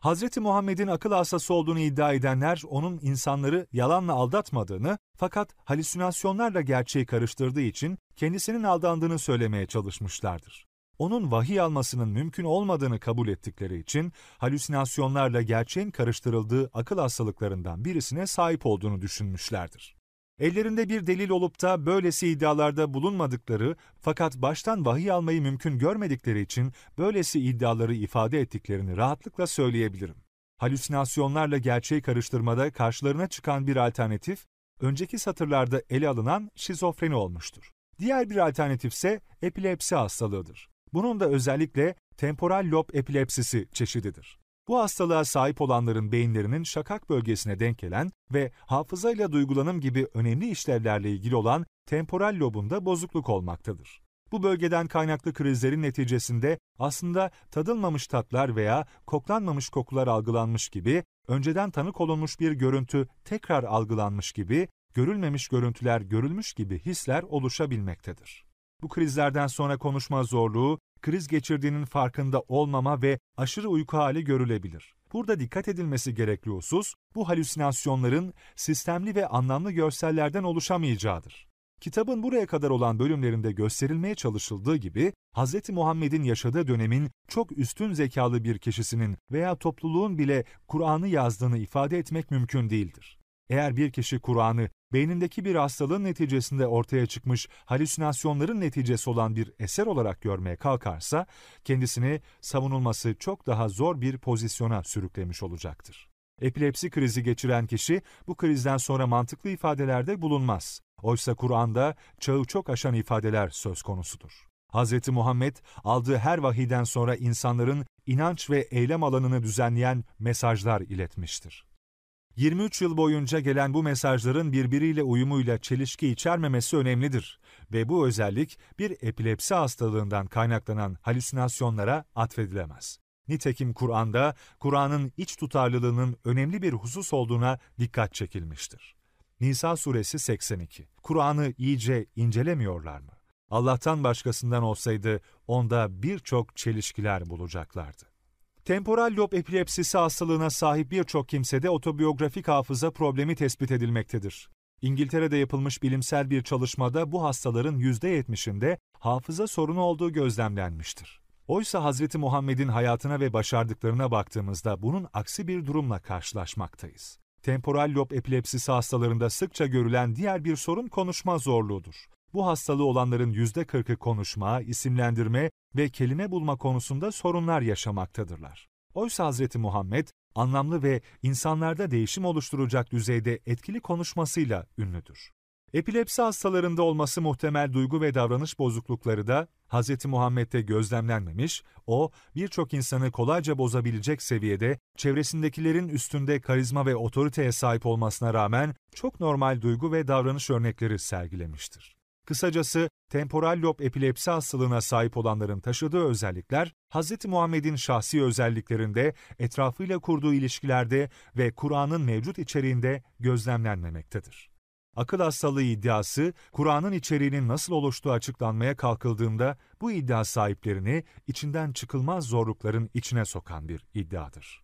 [SPEAKER 1] Hazreti Muhammed'in akıl hastası olduğunu iddia edenler, onun insanları yalanla aldatmadığını fakat halüsinasyonlarla gerçeği karıştırdığı için kendisinin aldandığını söylemeye çalışmışlardır. Onun vahiy almasının mümkün olmadığını kabul ettikleri için halüsinasyonlarla gerçeğin karıştırıldığı akıl hastalıklarından birisine sahip olduğunu düşünmüşlerdir. Ellerinde bir delil olup da böylesi iddialarda bulunmadıkları fakat baştan vahiy almayı mümkün görmedikleri için böylesi iddiaları ifade ettiklerini rahatlıkla söyleyebilirim. Halüsinasyonlarla gerçeği karıştırmada karşılarına çıkan bir alternatif, önceki satırlarda ele alınan şizofreni olmuştur. Diğer bir alternatif ise epilepsi hastalığıdır. Bunun da özellikle temporal lob epilepsisi çeşididir. Bu hastalığa sahip olanların beyinlerinin şakak bölgesine denk gelen ve hafızayla duygulanım gibi önemli işlevlerle ilgili olan temporal lobunda bozukluk olmaktadır. Bu bölgeden kaynaklı krizlerin neticesinde aslında tadılmamış tatlar veya koklanmamış kokular algılanmış gibi, önceden tanık olunmuş bir görüntü tekrar algılanmış gibi, görülmemiş görüntüler görülmüş gibi hisler oluşabilmektedir. Bu krizlerden sonra konuşma zorluğu, kriz geçirdiğinin farkında olmama ve aşırı uyku hali görülebilir. Burada dikkat edilmesi gerekli husus, bu halüsinasyonların sistemli ve anlamlı görsellerden oluşamayacağıdır. Kitabın buraya kadar olan bölümlerinde gösterilmeye çalışıldığı gibi, Hz. Muhammed'in yaşadığı dönemin çok üstün zekalı bir kişisinin veya topluluğun bile Kur'an'ı yazdığını ifade etmek mümkün değildir. Eğer bir kişi Kur'an'ı beynindeki bir hastalığın neticesinde ortaya çıkmış halüsinasyonların neticesi olan bir eser olarak görmeye kalkarsa, kendisini savunulması çok daha zor bir pozisyona sürüklemiş olacaktır. Epilepsi krizi geçiren kişi bu krizden sonra mantıklı ifadelerde bulunmaz. Oysa Kur'an'da çağı çok aşan ifadeler söz konusudur. Hz. Muhammed aldığı her vahiyden sonra insanların inanç ve eylem alanını düzenleyen mesajlar iletmiştir. yirmi üç yıl boyunca gelen bu mesajların birbiriyle uyumuyla çelişki içermemesi önemlidir ve bu özellik bir epilepsi hastalığından kaynaklanan halüsinasyonlara atfedilemez. Nitekim Kur'an'da, Kur'an'ın iç tutarlılığının önemli bir husus olduğuna dikkat çekilmiştir. Nisa suresi seksen iki. Kur'an'ı iyice incelemiyorlar mı? Allah'tan başkasından olsaydı onda birçok çelişkiler bulacaklardı. Temporal lob epilepsisi hastalığına sahip birçok kimsede otobiyografik hafıza problemi tespit edilmektedir. İngiltere'de yapılmış bilimsel bir çalışmada bu hastaların yüzde yetmişinde hafıza sorunu olduğu gözlemlenmiştir. Oysa Hazreti Muhammed'in hayatına ve başardıklarına baktığımızda bunun aksi bir durumla karşılaşmaktayız. Temporal lob epilepsisi hastalarında sıkça görülen diğer bir sorun konuşma zorluğudur. Bu hastalığı olanların yüzde kırkı konuşma, isimlendirme ve kelime bulma konusunda sorunlar yaşamaktadırlar. Oysa Hazreti Muhammed, anlamlı ve insanlarda değişim oluşturacak düzeyde etkili konuşmasıyla ünlüdür. Epilepsi hastalarında olması muhtemel duygu ve davranış bozuklukları da Hz. Muhammed'de gözlemlenmemiş, o birçok insanı kolayca bozabilecek seviyede çevresindekilerin üstünde karizma ve otoriteye sahip olmasına rağmen çok normal duygu ve davranış örnekleri sergilemiştir. Kısacası temporal lob epilepsi hastalığına sahip olanların taşıdığı özellikler, Hz. Muhammed'in şahsi özelliklerinde, etrafıyla kurduğu ilişkilerde ve Kur'an'ın mevcut içeriğinde gözlemlenmemektedir. Akıl hastalığı iddiası, Kur'an'ın içeriğinin nasıl oluştuğu açıklanmaya kalkıldığında bu iddia sahiplerini içinden çıkılmaz zorlukların içine sokan bir iddiadır.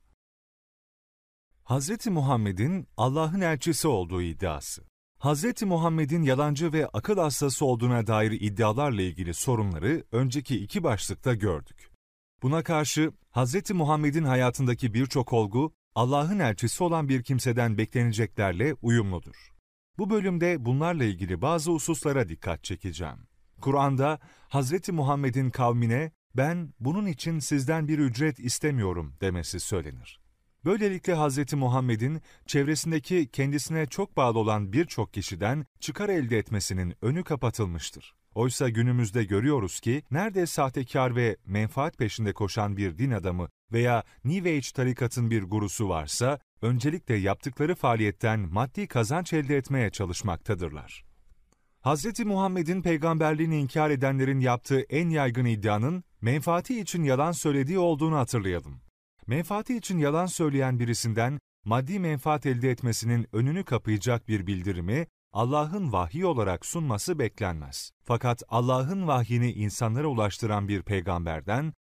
[SPEAKER 1] Hz. Muhammed'in Allah'ın elçisi olduğu iddiası. Hz. Muhammed'in yalancı ve akıl hastası olduğuna dair iddialarla ilgili sorunları önceki iki başlıkta gördük. Buna karşı Hz. Muhammed'in hayatındaki birçok olgu, Allah'ın elçisi olan bir kimseden bekleneceklerle uyumludur. Bu bölümde bunlarla ilgili bazı hususlara dikkat çekeceğim. Kur'an'da Hz. Muhammed'in kavmine, "Ben bunun için sizden bir ücret istemiyorum" demesi söylenir. Böylelikle Hz. Muhammed'in çevresindeki kendisine çok bağlı olan birçok kişiden çıkar elde etmesinin önü kapatılmıştır. Oysa günümüzde görüyoruz ki, nerede sahtekar ve menfaat peşinde koşan bir din adamı veya New Age tarikatın bir gurusu varsa, öncelikle yaptıkları faaliyetten maddi kazanç elde etmeye çalışmaktadırlar. Hz. Muhammed'in peygamberliğini inkar edenlerin yaptığı en yaygın iddianın, menfaati için yalan söylediği olduğunu hatırlayalım. Menfaati için yalan söyleyen birisinden maddi menfaat elde etmesinin önünü kapayacak bir bildirimi Allah'ın vahyi olarak sunması beklenmez. Fakat Allah'ın vahyini insanlara ulaştıran bir peygamberden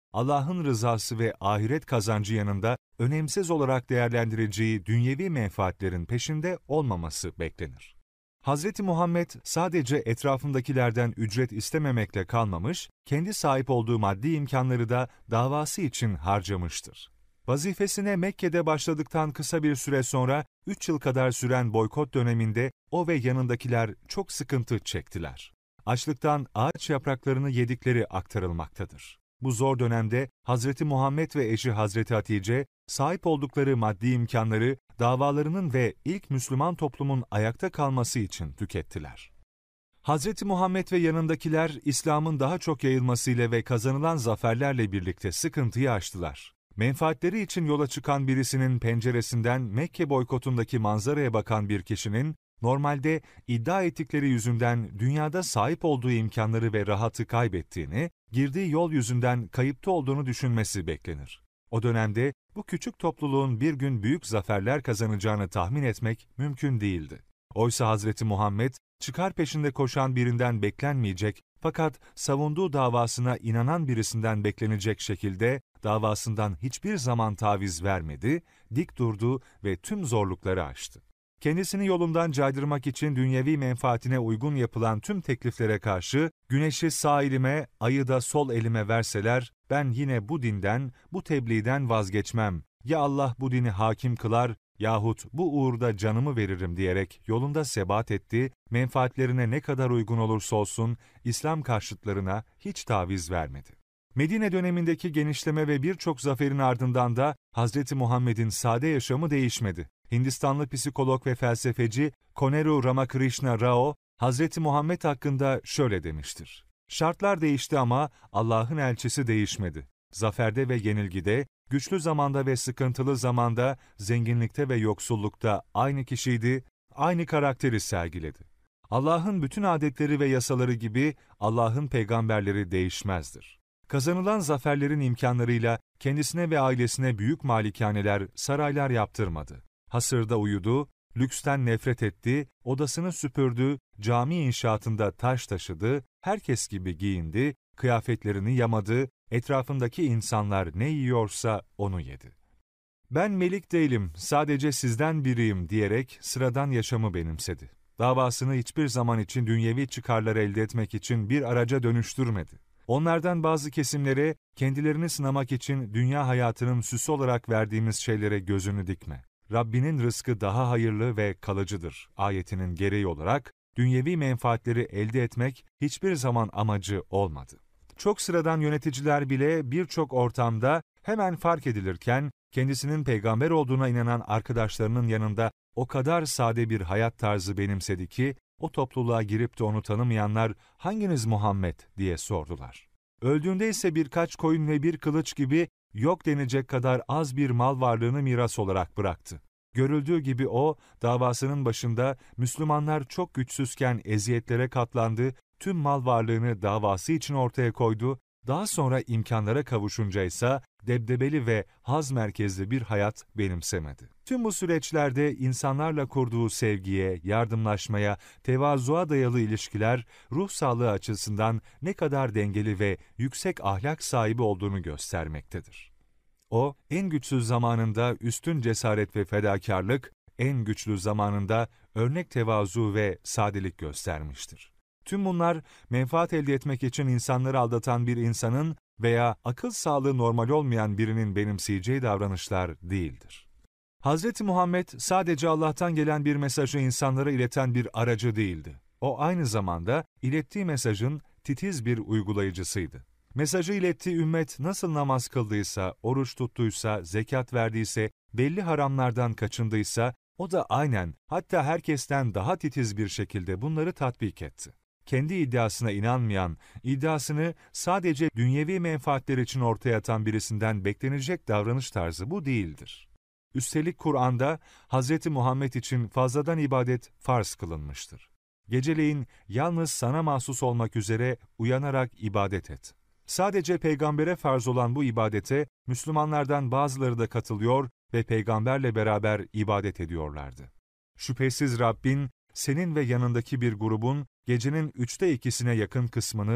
[SPEAKER 1] Allah'ın rızası ve ahiret kazancı yanında önemsiz olarak değerlendireceği dünyevi menfaatlerin peşinde olmaması beklenir. Hazreti Muhammed sadece etrafındakilerden ücret istememekle kalmamış, kendi sahip olduğu maddi imkanları da davası için harcamıştır. Vazifesine Mekke'de başladıktan kısa bir süre sonra, üç yıl kadar süren boykot döneminde o ve yanındakiler çok sıkıntı çektiler. Açlıktan ağaç yapraklarını yedikleri aktarılmaktadır. Bu zor dönemde Hazreti Muhammed ve eşi Hazreti Hatice, sahip oldukları maddi imkanları davalarının ve ilk Müslüman toplumun ayakta kalması için tükettiler. Hazreti Muhammed ve yanındakiler İslam'ın daha çok yayılmasıyla ve kazanılan zaferlerle birlikte sıkıntıyı aştılar. Menfaatleri için yola çıkan birisinin penceresinden Mekke boykotundaki manzaraya bakan bir kişinin, normalde iddia ettikleri yüzünden dünyada sahip olduğu imkanları ve rahatı kaybettiğini, girdiği yol yüzünden kayıpta olduğunu düşünmesi beklenir. O dönemde bu küçük topluluğun bir gün büyük zaferler kazanacağını tahmin etmek mümkün değildi. Oysa Hazreti Muhammed, çıkar peşinde koşan birinden beklenmeyecek fakat savunduğu davasına inanan birisinden beklenecek şekilde davasından hiçbir zaman taviz vermedi, dik durdu ve tüm zorlukları aştı. Kendisini yolundan caydırmak için dünyevi menfaatine uygun yapılan tüm tekliflere karşı, güneşi sağ elime, ayı da sol elime verseler, ben yine bu dinden, bu tebliğden vazgeçmem. Ya Allah bu dini hakim kılar, yahut bu uğurda canımı veririm diyerek yolunda sebat etti, menfaatlerine ne kadar uygun olursa olsun, İslam karşıtlarına hiç taviz vermedi. Medine dönemindeki genişleme ve birçok zaferin ardından da Hazreti Muhammed'in sade yaşamı değişmedi. Hindistanlı psikolog ve felsefeci Koneru Ramakrishna Rao, Hazreti Muhammed hakkında şöyle demiştir. Şartlar değişti ama Allah'ın elçisi değişmedi. Zaferde ve yenilgide, güçlü zamanda ve sıkıntılı zamanda, zenginlikte ve yoksullukta aynı kişiydi, aynı karakteri sergiledi. Allah'ın bütün adetleri ve yasaları gibi Allah'ın peygamberleri değişmezdir. Kazanılan zaferlerin imkanlarıyla kendisine ve ailesine büyük malikaneler, saraylar yaptırmadı. Hasırda uyudu, lüksten nefret etti, odasını süpürdü, cami inşaatında taş taşıdı, herkes gibi giyindi, kıyafetlerini yamadı, etrafındaki insanlar ne yiyorsa onu yedi. Ben melik değilim, sadece sizden biriyim diyerek sıradan yaşamı benimsedi. Davasını hiçbir zaman için dünyevi çıkarlar elde etmek için bir araca dönüştürmedi. Onlardan bazı kesimlere, kendilerini sınamak için dünya hayatının süsü olarak verdiğimiz şeylere gözünü dikme. Rabbinin rızkı daha hayırlı ve kalıcıdır ayetinin gereği olarak, dünyevi menfaatleri elde etmek hiçbir zaman amacı olmadı. Çok sıradan yöneticiler bile birçok ortamda hemen fark edilirken, kendisinin peygamber olduğuna inanan arkadaşlarının yanında o kadar sade bir hayat tarzı benimsedi ki, o topluluğa girip de onu tanımayanlar, hanginiz Muhammed diye sordular. Öldüğünde ise birkaç koyun ve bir kılıç gibi yok denecek kadar az bir mal varlığını miras olarak bıraktı. Görüldüğü gibi o, davasının başında Müslümanlar çok güçsüzken eziyetlere katlandı, tüm mal varlığını davası için ortaya koydu, daha sonra imkanlara kavuşunca ise debdebeli ve haz merkezli bir hayat benimsemedi. Tüm bu süreçlerde insanlarla kurduğu sevgiye, yardımlaşmaya, tevazuya dayalı ilişkiler, ruh sağlığı açısından ne kadar dengeli ve yüksek ahlak sahibi olduğunu göstermektedir. O, en güçsüz zamanında üstün cesaret ve fedakarlık, en güçlü zamanında örnek tevazu ve sadelik göstermiştir. Tüm bunlar, menfaat elde etmek için insanları aldatan bir insanın veya akıl sağlığı normal olmayan birinin benimseyeceği davranışlar değildir. Hazreti Muhammed sadece Allah'tan gelen bir mesajı insanlara ileten bir aracı değildi. O aynı zamanda ilettiği mesajın titiz bir uygulayıcısıydı. Mesajı ilettiği ümmet nasıl namaz kıldıysa, oruç tuttuysa, zekat verdiyse, belli haramlardan kaçındıysa, o da aynen, hatta herkesten daha titiz bir şekilde bunları tatbik etti. Kendi iddiasına inanmayan, iddiasını sadece dünyevi menfaatler için ortaya atan birisinden beklenecek davranış tarzı bu değildir. Üstelik Kur'an'da Hazreti Muhammed için fazladan ibadet farz kılınmıştır. Geceleyin yalnız sana mahsus olmak üzere uyanarak ibadet et. Sadece peygambere farz olan bu ibadete Müslümanlardan bazıları da katılıyor ve peygamberle beraber ibadet ediyorlardı. Şüphesiz Rabbin, senin ve yanındaki bir grubun gecenin üçte ikisine yakın kısmını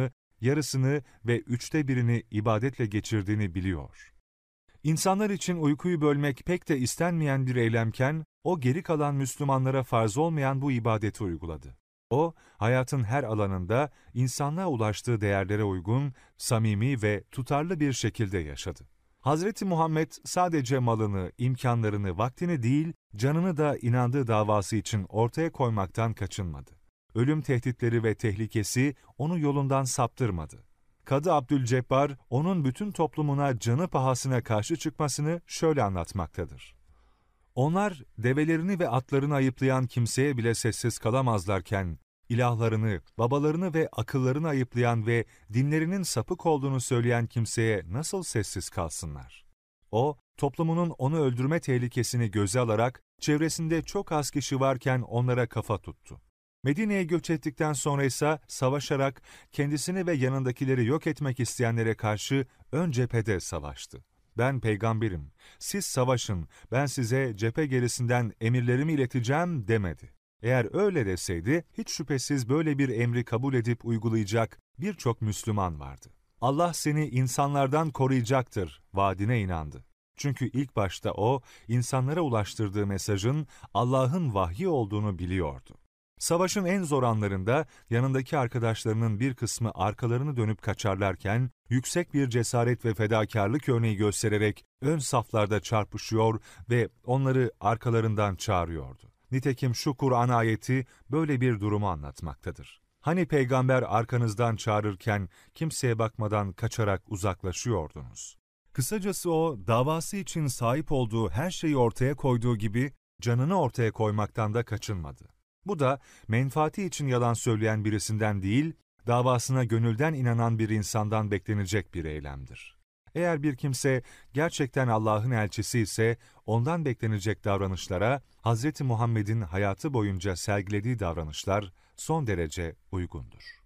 [SPEAKER 1] yarısını ve üçte birini ibadetle geçirdiğini biliyor. İnsanlar için uykuyu bölmek pek de istenmeyen bir eylemken, o geri kalan Müslümanlara farz olmayan bu ibadeti uyguladı. O, hayatın her alanında insanlığa ulaştığı değerlere uygun, samimi ve tutarlı bir şekilde yaşadı. Hazreti Muhammed sadece malını, imkanlarını, vaktini değil, canını da inandığı davası için ortaya koymaktan kaçınmadı. Ölüm tehditleri ve tehlikesi onu yolundan saptırmadı. Kadı Abdülcebbar, onun bütün toplumuna canı pahasına karşı çıkmasını şöyle anlatmaktadır. Onlar, develerini ve atlarını ayıplayan kimseye bile sessiz kalamazlarken, ilahlarını, babalarını ve akıllarını ayıplayan ve dinlerinin sapık olduğunu söyleyen kimseye nasıl sessiz kalsınlar? O, toplumunun onu öldürme tehlikesini göze alarak, çevresinde çok az kişi varken onlara kafa tuttu. Medine'ye göç ettikten sonra ise savaşarak kendisini ve yanındakileri yok etmek isteyenlere karşı ön cephede savaştı. Ben peygamberim, siz savaşın, ben size cephe gerisinden emirlerimi ileteceğim demedi. Eğer öyle deseydi, hiç şüphesiz böyle bir emri kabul edip uygulayacak birçok Müslüman vardı. Allah seni insanlardan koruyacaktır vaadine inandı. Çünkü ilk başta o, insanlara ulaştırdığı mesajın Allah'ın vahyi olduğunu biliyordu. Savaşın en zor anlarında yanındaki arkadaşlarının bir kısmı arkalarını dönüp kaçarlarken, yüksek bir cesaret ve fedakarlık örneği göstererek ön saflarda çarpışıyor ve onları arkalarından çağırıyordu. Nitekim şu Kur'an ayeti böyle bir durumu anlatmaktadır. Hani peygamber arkanızdan çağırırken kimseye bakmadan kaçarak uzaklaşıyordunuz. Kısacası o, davası için sahip olduğu her şeyi ortaya koyduğu gibi canını ortaya koymaktan da kaçınmadı. Bu da menfaati için yalan söyleyen birisinden değil, davasına gönülden inanan bir insandan beklenecek bir eylemdir. Eğer bir kimse gerçekten Allah'ın elçisi ise ondan beklenecek davranışlara Hazreti Muhammed'in hayatı boyunca sergilediği davranışlar son derece uygundur.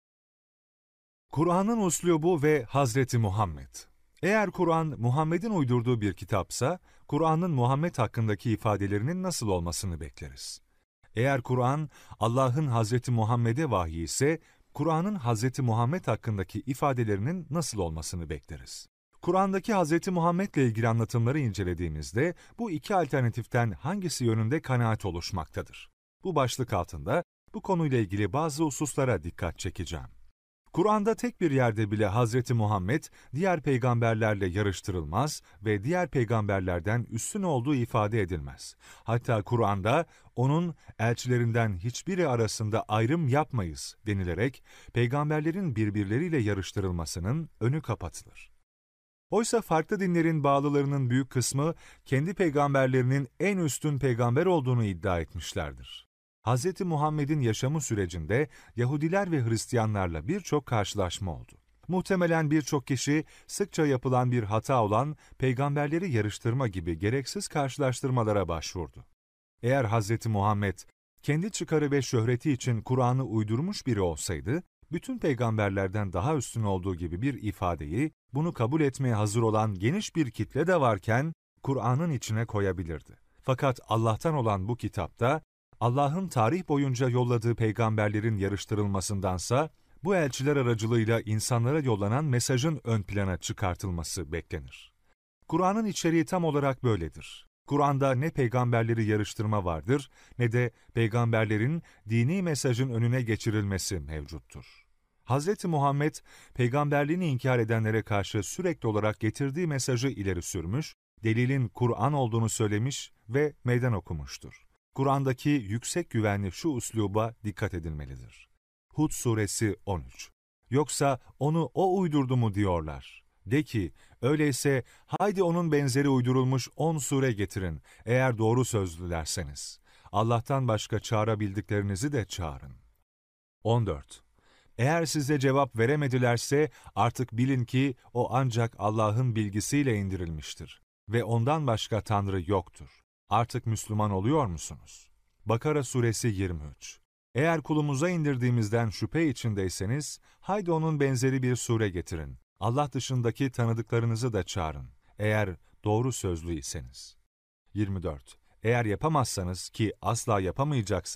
[SPEAKER 1] Kur'an'ın uslubu ve Hazreti Muhammed. Eğer Kur'an Muhammed'in uydurduğu bir kitapsa, Kur'an'ın Muhammed hakkındaki ifadelerinin nasıl olmasını bekleriz? Eğer Kur'an Allah'ın Hazreti Muhammed'e vahyi ise, Kur'an'ın Hazreti Muhammed hakkındaki ifadelerinin nasıl olmasını bekleriz? Kur'an'daki Hazreti Muhammed'le ilgili anlatımları incelediğimizde bu iki alternatiften hangisi yönünde kanaat oluşmaktadır? Bu başlık altında bu konuyla ilgili bazı hususlara dikkat çekeceğim. Kur'an'da tek bir yerde bile Hazreti Muhammed diğer peygamberlerle yarıştırılmaz ve diğer peygamberlerden üstün olduğu ifade edilmez. Hatta Kur'an'da onun elçilerinden hiçbiri arasında ayrım yapmayız denilerek peygamberlerin birbirleriyle yarıştırılmasının önü kapatılır. Oysa farklı dinlerin bağlılarının büyük kısmı kendi peygamberlerinin en üstün peygamber olduğunu iddia etmişlerdir. Hz. Muhammed'in yaşamı sürecinde Yahudiler ve Hristiyanlarla birçok karşılaşma oldu. Muhtemelen birçok kişi sıkça yapılan bir hata olan peygamberleri yarıştırma gibi gereksiz karşılaştırmalara başvurdu. Eğer Hz. Muhammed kendi çıkarı ve şöhreti için Kur'an'ı uydurmuş biri olsaydı, bütün peygamberlerden daha üstün olduğu gibi bir ifadeyi, bunu kabul etmeye hazır olan geniş bir kitle de varken, Kur'an'ın içine koyabilirdi. Fakat Allah'tan olan bu kitapta, Allah'ın tarih boyunca yolladığı peygamberlerin yarıştırılmasındansa, bu elçiler aracılığıyla insanlara yollanan mesajın ön plana çıkartılması beklenir. Kur'an'ın içeriği tam olarak böyledir. Kur'an'da ne peygamberleri yarıştırma vardır, ne de peygamberlerin dini mesajın önüne geçirilmesi mevcuttur. Hz. Muhammed, peygamberliğini inkar edenlere karşı sürekli olarak getirdiği mesajı ileri sürmüş, delilin Kur'an olduğunu söylemiş ve meydan okumuştur. Kur'an'daki yüksek güvenli şu üsluba dikkat edilmelidir. Hud suresi on üç. Yoksa onu o uydurdu mu diyorlar. De ki, öyleyse haydi onun benzeri uydurulmuş on sure getirin, eğer doğru sözlülerseniz. Allah'tan başka çağırabildiklerinizi de çağırın. on dört. Eğer size cevap veremedilerse artık bilin ki o ancak Allah'ın bilgisiyle indirilmiştir ve ondan başka Tanrı yoktur. Artık Müslüman oluyor musunuz? Bakara suresi yirmi üç. Eğer kulumuza indirdiğimizden şüphe içindeyseniz, haydi onun benzeri bir sure getirin. Allah dışındaki tanıdıklarınızı da çağırın, eğer doğru sözlü iseniz. yirmi dört. Eğer yapamazsanız ki asla yapamayacaksınız,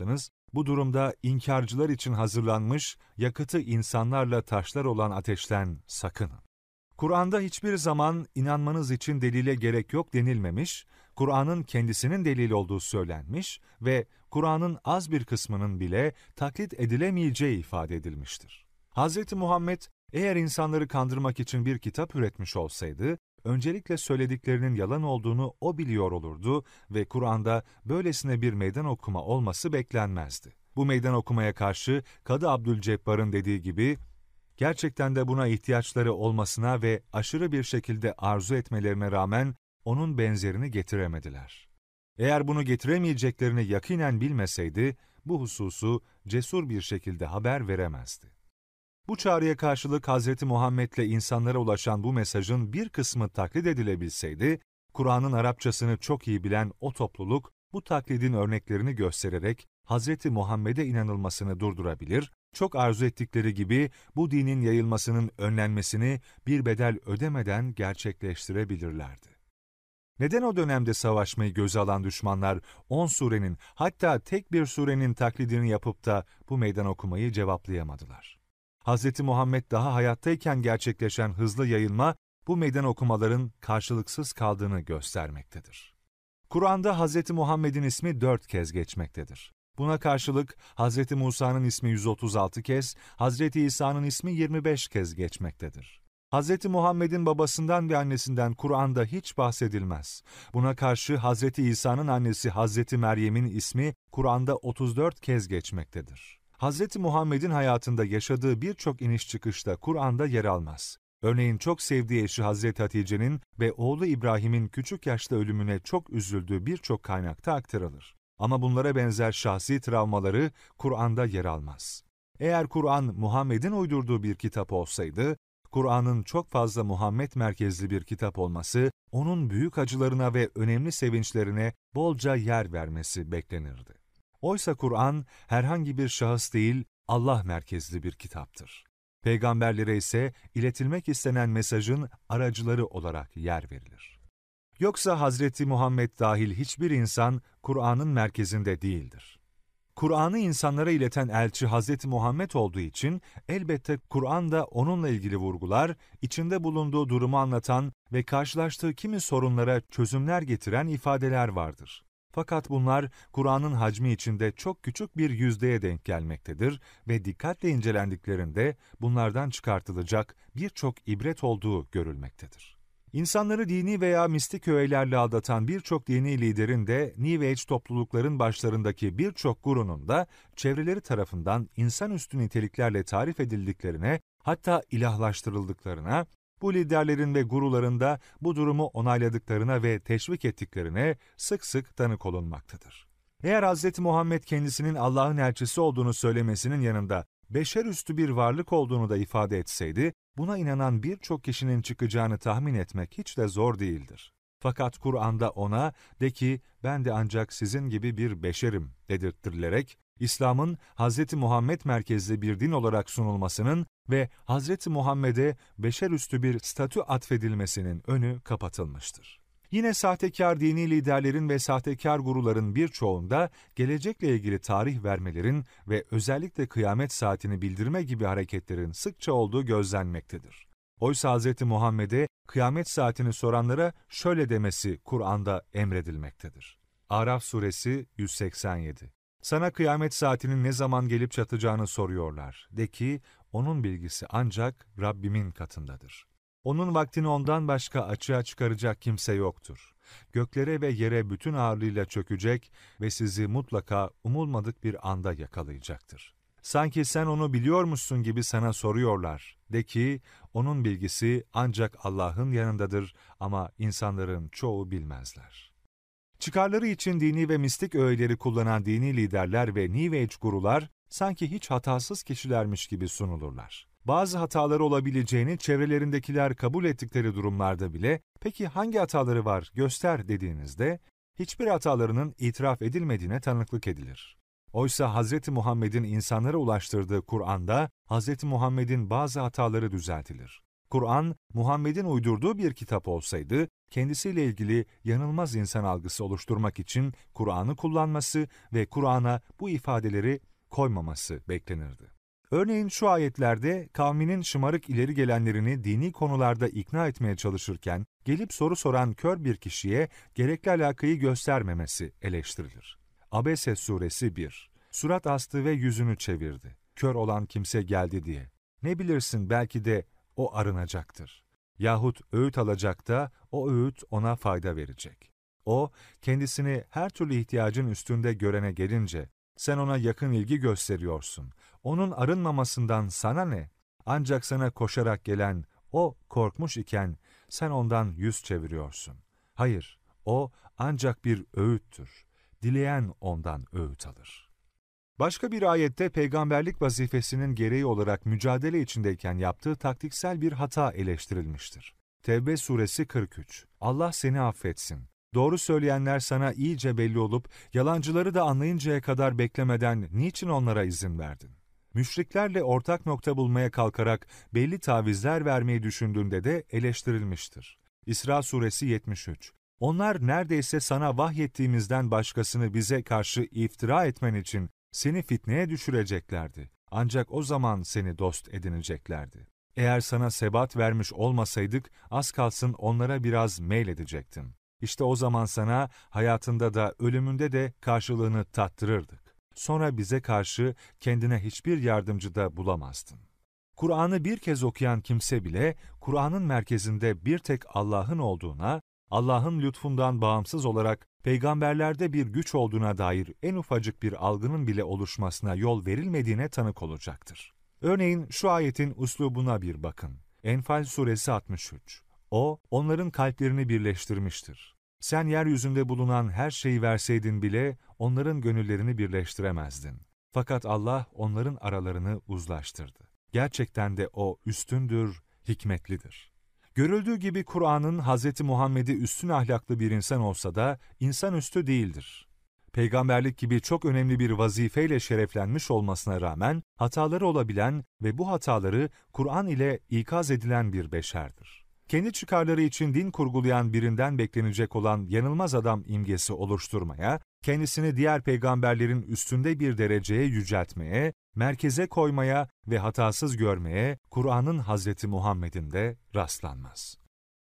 [SPEAKER 1] Bu durumda inkarcılar için hazırlanmış, yakıtı insanlarla taşlar olan ateşten sakının. Kur'an'da hiçbir zaman inanmanız için delile gerek yok denilmemiş, Kur'an'ın kendisinin delil olduğu söylenmiş ve Kur'an'ın az bir kısmının bile taklit edilemeyeceği ifade edilmiştir. Hz. Muhammed, eğer insanları kandırmak için bir kitap üretmiş olsaydı, öncelikle söylediklerinin yalan olduğunu o biliyor olurdu ve Kur'an'da böylesine bir meydan okuma olması beklenmezdi. Bu meydan okumaya karşı Kadı Abdülcebbar'ın dediği gibi, gerçekten de buna ihtiyaçları olmasına ve aşırı bir şekilde arzu etmelerine rağmen onun benzerini getiremediler. Eğer bunu getiremeyeceklerini yakinen bilmeseydi, bu hususu cesur bir şekilde haber veremezdi. Bu çağrıya karşılık Hz. Muhammed'le insanlara ulaşan bu mesajın bir kısmı taklit edilebilseydi, Kur'an'ın Arapçasını çok iyi bilen o topluluk, bu taklidin örneklerini göstererek Hz. Muhammed'e inanılmasını durdurabilir, çok arzu ettikleri gibi bu dinin yayılmasının önlenmesini bir bedel ödemeden gerçekleştirebilirlerdi. Neden o dönemde savaşmayı göze alan düşmanlar on surenin, hatta tek bir surenin taklidini yapıp da bu meydan okumayı cevaplayamadılar? Hz. Muhammed daha hayattayken gerçekleşen hızlı yayılma, bu meydan okumaların karşılıksız kaldığını göstermektedir. Kur'an'da Hz. Muhammed'in ismi dört kez geçmektedir. Buna karşılık Hz. Musa'nın ismi yüz otuz altı kez, Hz. İsa'nın ismi yirmi beş kez geçmektedir. Hz. Muhammed'in babasından ve annesinden Kur'an'da hiç bahsedilmez. Buna karşı Hz. İsa'nın annesi Hz. Meryem'in ismi Kur'an'da otuz dört kez geçmektedir. Hz. Muhammed'in hayatında yaşadığı birçok iniş çıkışta Kur'an'da yer almaz. Örneğin çok sevdiği eşi Hz. Hatice'nin ve oğlu İbrahim'in küçük yaşta ölümüne çok üzüldüğü birçok kaynakta aktarılır. Ama bunlara benzer şahsi travmaları Kur'an'da yer almaz. Eğer Kur'an Muhammed'in uydurduğu bir kitap olsaydı, Kur'an'ın çok fazla Muhammed merkezli bir kitap olması, onun büyük acılarına ve önemli sevinçlerine bolca yer vermesi beklenirdi. Oysa Kur'an herhangi bir şahıs değil, Allah merkezli bir kitaptır. Peygamberlere ise iletilmek istenen mesajın aracıları olarak yer verilir. Yoksa Hazreti Muhammed dahil hiçbir insan Kur'an'ın merkezinde değildir. Kur'an'ı insanlara ileten elçi Hazreti Muhammed olduğu için elbette Kur'an da onunla ilgili vurgular, içinde bulunduğu durumu anlatan ve karşılaştığı kimi sorunlara çözümler getiren ifadeler vardır. Fakat bunlar Kur'an'ın hacmi içinde çok küçük bir yüzdeye denk gelmektedir ve dikkatle incelendiklerinde bunlardan çıkartılacak birçok ibret olduğu görülmektedir. İnsanları dini veya mistik öğelerle aldatan birçok dini liderin de New Age toplulukların başlarındaki birçok gurunun da çevreleri tarafından insanüstü niteliklerle tarif edildiklerine, hatta ilahlaştırıldıklarına, bu liderlerin ve guruların da bu durumu onayladıklarına ve teşvik ettiklerine sık sık tanık olunmaktadır. Eğer Hz. Muhammed kendisinin Allah'ın elçisi olduğunu söylemesinin yanında beşerüstü bir varlık olduğunu da ifade etseydi, buna inanan birçok kişinin çıkacağını tahmin etmek hiç de zor değildir. Fakat Kur'an'da ona, de ki ben de ancak sizin gibi bir beşerim dedirttirilerek, İslam'ın Hz. Muhammed merkezli bir din olarak sunulmasının ve Hz. Muhammed'e beşerüstü bir statü atfedilmesinin önü kapatılmıştır. Yine sahtekar dini liderlerin ve sahtekar guruların birçoğunda gelecekle ilgili tarih vermelerin ve özellikle kıyamet saatini bildirme gibi hareketlerin sıkça olduğu gözlenmektedir. Oysa Hz. Muhammed'e kıyamet saatini soranlara şöyle demesi Kur'an'da emredilmektedir. Araf suresi yüz seksen yedi. Sana kıyamet saatinin ne zaman gelip çatacağını soruyorlar. De ki, onun bilgisi ancak Rabbimin katındadır. Onun vaktini ondan başka açığa çıkaracak kimse yoktur. Göklere ve yere bütün ağırlığıyla çökecek ve sizi mutlaka umulmadık bir anda yakalayacaktır. Sanki sen onu biliyormuşsun gibi sana soruyorlar. De ki, onun bilgisi ancak Allah'ın yanındadır ama insanların çoğu bilmezler. Çıkarları için dini ve mistik öğeleri kullanan dini liderler ve New Age gurular sanki hiç hatasız kişilermiş gibi sunulurlar. Bazı hataları olabileceğini çevrelerindekiler kabul ettikleri durumlarda bile peki hangi hataları var göster dediğinizde hiçbir hatalarının itiraf edilmediğine tanıklık edilir. Oysa Hz. Muhammed'in insanlara ulaştırdığı Kur'an'da Hz. Muhammed'in bazı hataları düzeltilir. Kur'an, Muhammed'in uydurduğu bir kitap olsaydı, kendisiyle ilgili yanılmaz insan algısı oluşturmak için Kur'an'ı kullanması ve Kur'an'a bu ifadeleri koymaması beklenirdi. Örneğin şu ayetlerde kavminin şımarık ileri gelenlerini dini konularda ikna etmeye çalışırken, gelip soru soran kör bir kişiye gerekli alakayı göstermemesi eleştirilir. Abese suresi bir. Surat astı ve yüzünü çevirdi. Kör olan kimse geldi diye. Ne bilirsin belki de o arınacaktır. Yahut öğüt alacak da o öğüt ona fayda verecek. O, kendisini her türlü ihtiyacın üstünde görene gelince, sen ona yakın ilgi gösteriyorsun. Onun arınmamasından sana ne? Ancak sana koşarak gelen, o korkmuş iken sen ondan yüz çeviriyorsun. Hayır, o ancak bir öğüttür. Dileyen ondan öğüt alır. Başka bir ayette peygamberlik vazifesinin gereği olarak mücadele içindeyken yaptığı taktiksel bir hata eleştirilmiştir. Tevbe suresi kırk üç. Allah seni affetsin. Doğru söyleyenler sana iyice belli olup, yalancıları da anlayıncaya kadar beklemeden niçin onlara izin verdin? Müşriklerle ortak nokta bulmaya kalkarak belli tavizler vermeyi düşündüğünde de eleştirilmiştir. İsra suresi yetmiş üç. Onlar neredeyse sana vahyettiğimizden başkasını bize karşı iftira etmen için seni fitneye düşüreceklerdi. Ancak o zaman seni dost edineceklerdi. Eğer sana sebat vermiş olmasaydık, az kalsın onlara biraz meyledecektin. İşte o zaman sana hayatında da ölümünde de karşılığını tattırırdık. Sonra bize karşı kendine hiçbir yardımcı da bulamazdın. Kur'an'ı bir kez okuyan kimse bile, Kur'an'ın merkezinde bir tek Allah'ın olduğuna, Allah'ın lütfundan bağımsız olarak peygamberlerde bir güç olduğuna dair en ufacık bir algının bile oluşmasına yol verilmediğine tanık olacaktır. Örneğin şu ayetin üslubuna bir bakın. Enfal suresi altmış üç. O, onların kalplerini birleştirmiştir. Sen yeryüzünde bulunan her şeyi verseydin bile onların gönüllerini birleştiremezdin. Fakat Allah onların aralarını uzlaştırdı. Gerçekten de O üstündür, hikmetlidir. Görüldüğü gibi Kur'an'ın Hz. Muhammed'i üstün ahlaklı bir insan olsa da insanüstü değildir. Peygamberlik gibi çok önemli bir vazifeyle şereflenmiş olmasına rağmen hataları olabilen ve bu hataları Kur'an ile ikaz edilen bir beşerdir. Kendi çıkarları için din kurgulayan birinden beklenecek olan yanılmaz adam imgesi oluşturmaya, kendisini diğer peygamberlerin üstünde bir dereceye yüceltmeye, merkeze koymaya ve hatasız görmeye Kur'an'ın Hz. Muhammed'in de rastlanmaz.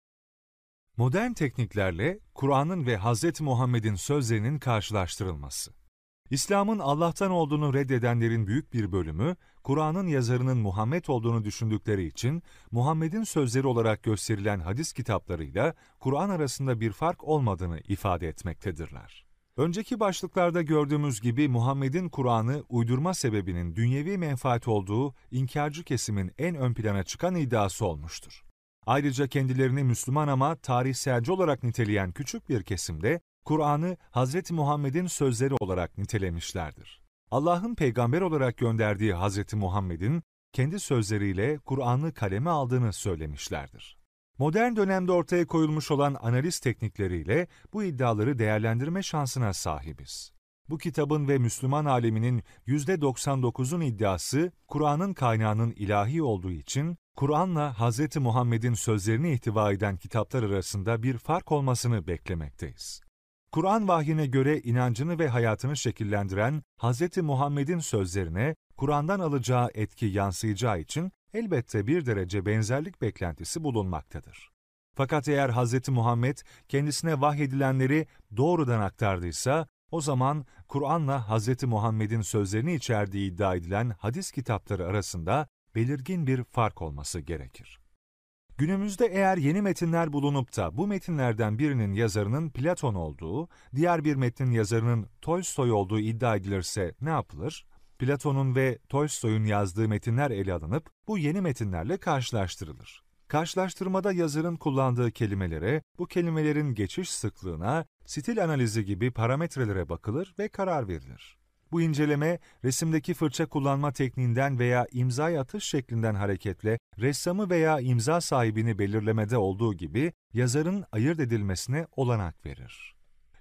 [SPEAKER 1] Modern tekniklerle Kur'an'ın ve Hz. Muhammed'in sözlerinin karşılaştırılması. İslam'ın Allah'tan olduğunu reddedenlerin büyük bir bölümü, Kur'an'ın yazarının Muhammed olduğunu düşündükleri için, Muhammed'in sözleri olarak gösterilen hadis kitaplarıyla Kur'an arasında bir fark olmadığını ifade etmektedirler. Önceki başlıklarda gördüğümüz gibi Muhammed'in Kur'an'ı uydurma sebebinin dünyevi menfaat olduğu inkarcı kesimin en ön plana çıkan iddiası olmuştur. Ayrıca kendilerini Müslüman ama tarihselci olarak niteleyen küçük bir kesimde, Kur'an'ı Hz. Muhammed'in sözleri olarak nitelemişlerdir. Allah'ın peygamber olarak gönderdiği Hz. Muhammed'in kendi sözleriyle Kur'an'ı kaleme aldığını söylemişlerdir. Modern dönemde ortaya koyulmuş olan analiz teknikleriyle bu iddiaları değerlendirme şansına sahibiz. Bu kitabın ve Müslüman aleminin yüzde doksan dokuzun iddiası, Kur'an'ın kaynağının ilahi olduğu için, Kur'an'la Hz. Muhammed'in sözlerini ihtiva eden kitaplar arasında bir fark olmasını beklemekteyiz. Kur'an vahyine göre inancını ve hayatını şekillendiren Hz. Muhammed'in sözlerine Kur'an'dan alacağı etki yansıyacağı için elbette bir derece benzerlik beklentisi bulunmaktadır. Fakat eğer Hz. Muhammed kendisine vahyedilenleri doğrudan aktardıysa, o zaman Kur'an'la Hz. Muhammed'in sözlerini içerdiği iddia edilen hadis kitapları arasında belirgin bir fark olması gerekir. Günümüzde eğer yeni metinler bulunup da bu metinlerden birinin yazarının Platon olduğu, diğer bir metnin yazarının Tolstoy olduğu iddia edilirse ne yapılır? Platon'un ve Tolstoy'un yazdığı metinler ele alınıp bu yeni metinlerle karşılaştırılır. Karşılaştırmada yazarın kullandığı kelimelere, bu kelimelerin geçiş sıklığına, stil analizi gibi parametrelere bakılır ve karar verilir. Bu inceleme, resimdeki fırça kullanma tekniğinden veya imzayı atış şeklinden hareketle ressamı veya imza sahibini belirlemede olduğu gibi yazarın ayırt edilmesine olanak verir.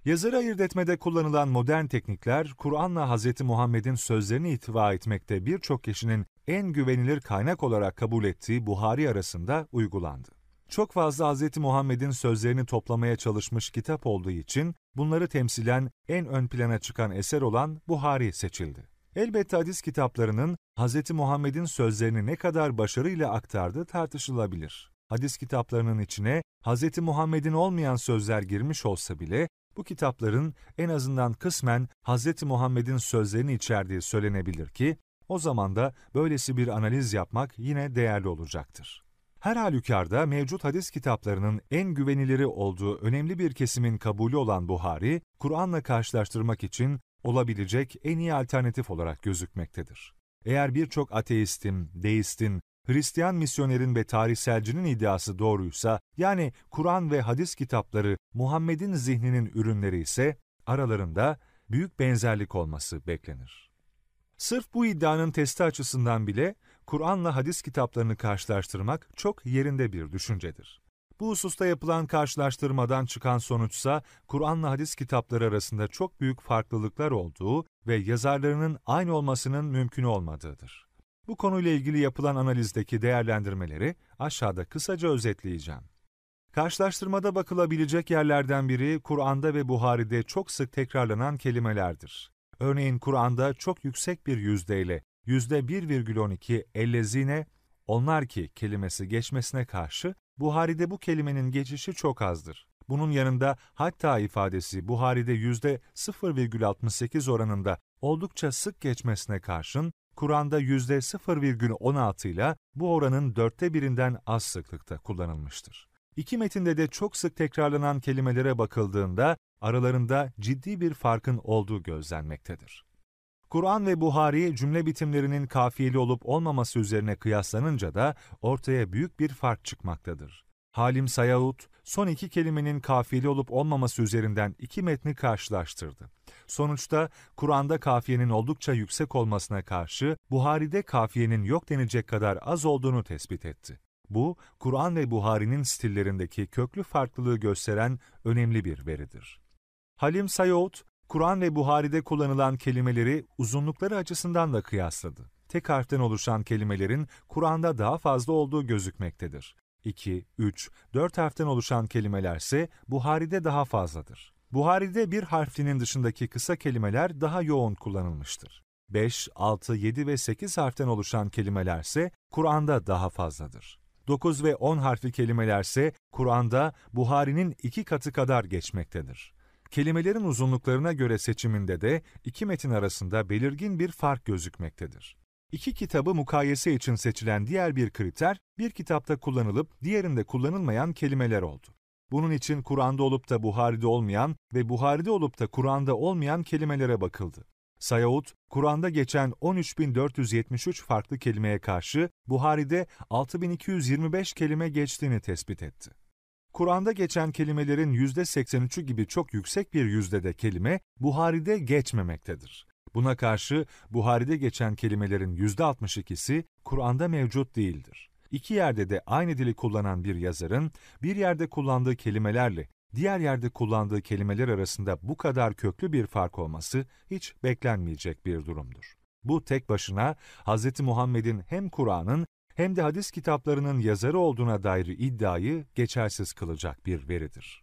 [SPEAKER 1] Yazarı ayırt etmede kullanılan modern teknikler, Kur'an'la Hz. Muhammed'in sözlerini ihtiva etmekte birçok kişinin en güvenilir kaynak olarak kabul ettiği Buhari arasında uygulandı. Çok fazla Hz. Muhammed'in sözlerini toplamaya çalışmış kitap olduğu için bunları temsilen en ön plana çıkan eser olan Buhari seçildi. Elbette hadis kitaplarının Hz. Muhammed'in sözlerini ne kadar başarıyla aktardığı tartışılabilir. Hadis kitaplarının içine Hz. Muhammed'in olmayan sözler girmiş olsa bile, bu kitapların en azından kısmen Hz. Muhammed'in sözlerini içerdiği söylenebilir ki, o zaman da böylesi bir analiz yapmak yine değerli olacaktır. Her halükarda mevcut hadis kitaplarının en güveniliri olduğu önemli bir kesimin kabulü olan Buhari, Kur'an'la karşılaştırmak için olabilecek en iyi alternatif olarak gözükmektedir. Eğer birçok ateistin, deistin, Hristiyan misyonerin ve tarihselcinin iddiası doğruysa, yani Kur'an ve hadis kitapları Muhammed'in zihninin ürünleri ise, aralarında büyük benzerlik olması beklenir. Sırf bu iddianın testi açısından bile, Kur'an'la hadis kitaplarını karşılaştırmak çok yerinde bir düşüncedir. Bu hususta yapılan karşılaştırmadan çıkan sonuçsa, Kur'an'la hadis kitapları arasında çok büyük farklılıklar olduğu ve yazarlarının aynı olmasının mümkün olmadığıdır. Bu konuyla ilgili yapılan analizdeki değerlendirmeleri aşağıda kısaca özetleyeceğim. Karşılaştırmada bakılabilecek yerlerden biri, Kur'an'da ve Buhari'de çok sık tekrarlanan kelimelerdir. Örneğin Kur'an'da çok yüksek bir yüzdeyle yüzde bir virgül on iki ellezine, onlar ki kelimesi geçmesine karşı, Buhari'de bu kelimenin geçişi çok azdır. Bunun yanında hatta ifadesi Buhari'de yüzde sıfır virgül altmış sekiz oranında oldukça sık geçmesine karşın, Kur'an'da yüzde sıfır virgül on altı ile bu oranın dörtte birinden az sıklıkta kullanılmıştır. İki metinde de çok sık tekrarlanan kelimelere bakıldığında aralarında ciddi bir farkın olduğu gözlenmektedir. Kur'an ve Buhari cümle bitimlerinin kafiyeli olup olmaması üzerine kıyaslanınca da ortaya büyük bir fark çıkmaktadır. Halim Sayahut, son iki kelimenin kafiyeli olup olmaması üzerinden iki metni karşılaştırdı. Sonuçta Kur'an'da kafiyenin oldukça yüksek olmasına karşı Buhari'de kafiyenin yok denecek kadar az olduğunu tespit etti. Bu, Kur'an ve Buhari'nin stillerindeki köklü farklılığı gösteren önemli bir veridir. Halim Sayahut, Kur'an ve Buhari'de kullanılan kelimeleri uzunlukları açısından da kıyasladı. Tek harften oluşan kelimelerin Kur'an'da daha fazla olduğu gözükmektedir. iki, üç, dört harften oluşan kelimelerse Buhari'de daha fazladır. Buhari'de bir harflinin dışındaki kısa kelimeler daha yoğun kullanılmıştır. beş, altı, yedi ve sekiz harften oluşan kelimelerse Kur'an'da daha fazladır. dokuz ve on harfli kelimelerse Kur'an'da Buhari'nin iki katı kadar geçmektedir. Kelimelerin uzunluklarına göre seçiminde de iki metin arasında belirgin bir fark gözükmektedir. İki kitabı mukayese için seçilen diğer bir kriter, bir kitapta kullanılıp diğerinde kullanılmayan kelimeler oldu. Bunun için Kur'an'da olup da Buhari'de olmayan ve Buhari'de olup da Kur'an'da olmayan kelimelere bakıldı. Sayahut, Kur'an'da geçen on üç bin dört yüz yetmiş üç farklı kelimeye karşı Buhari'de altı bin iki yüz yirmi beş kelime geçtiğini tespit etti. Kur'an'da geçen kelimelerin yüzde seksen üçü gibi çok yüksek bir yüzdede kelime Buhari'de geçmemektedir. Buna karşı Buhari'de geçen kelimelerin yüzde altmış ikisi Kur'an'da mevcut değildir. İki yerde de aynı dili kullanan bir yazarın bir yerde kullandığı kelimelerle diğer yerde kullandığı kelimeler arasında bu kadar köklü bir fark olması hiç beklenmeyecek bir durumdur. Bu tek başına Hz. Muhammed'in hem Kur'an'ın hem de hadis kitaplarının yazarı olduğuna dair iddiayı geçersiz kılacak bir veridir.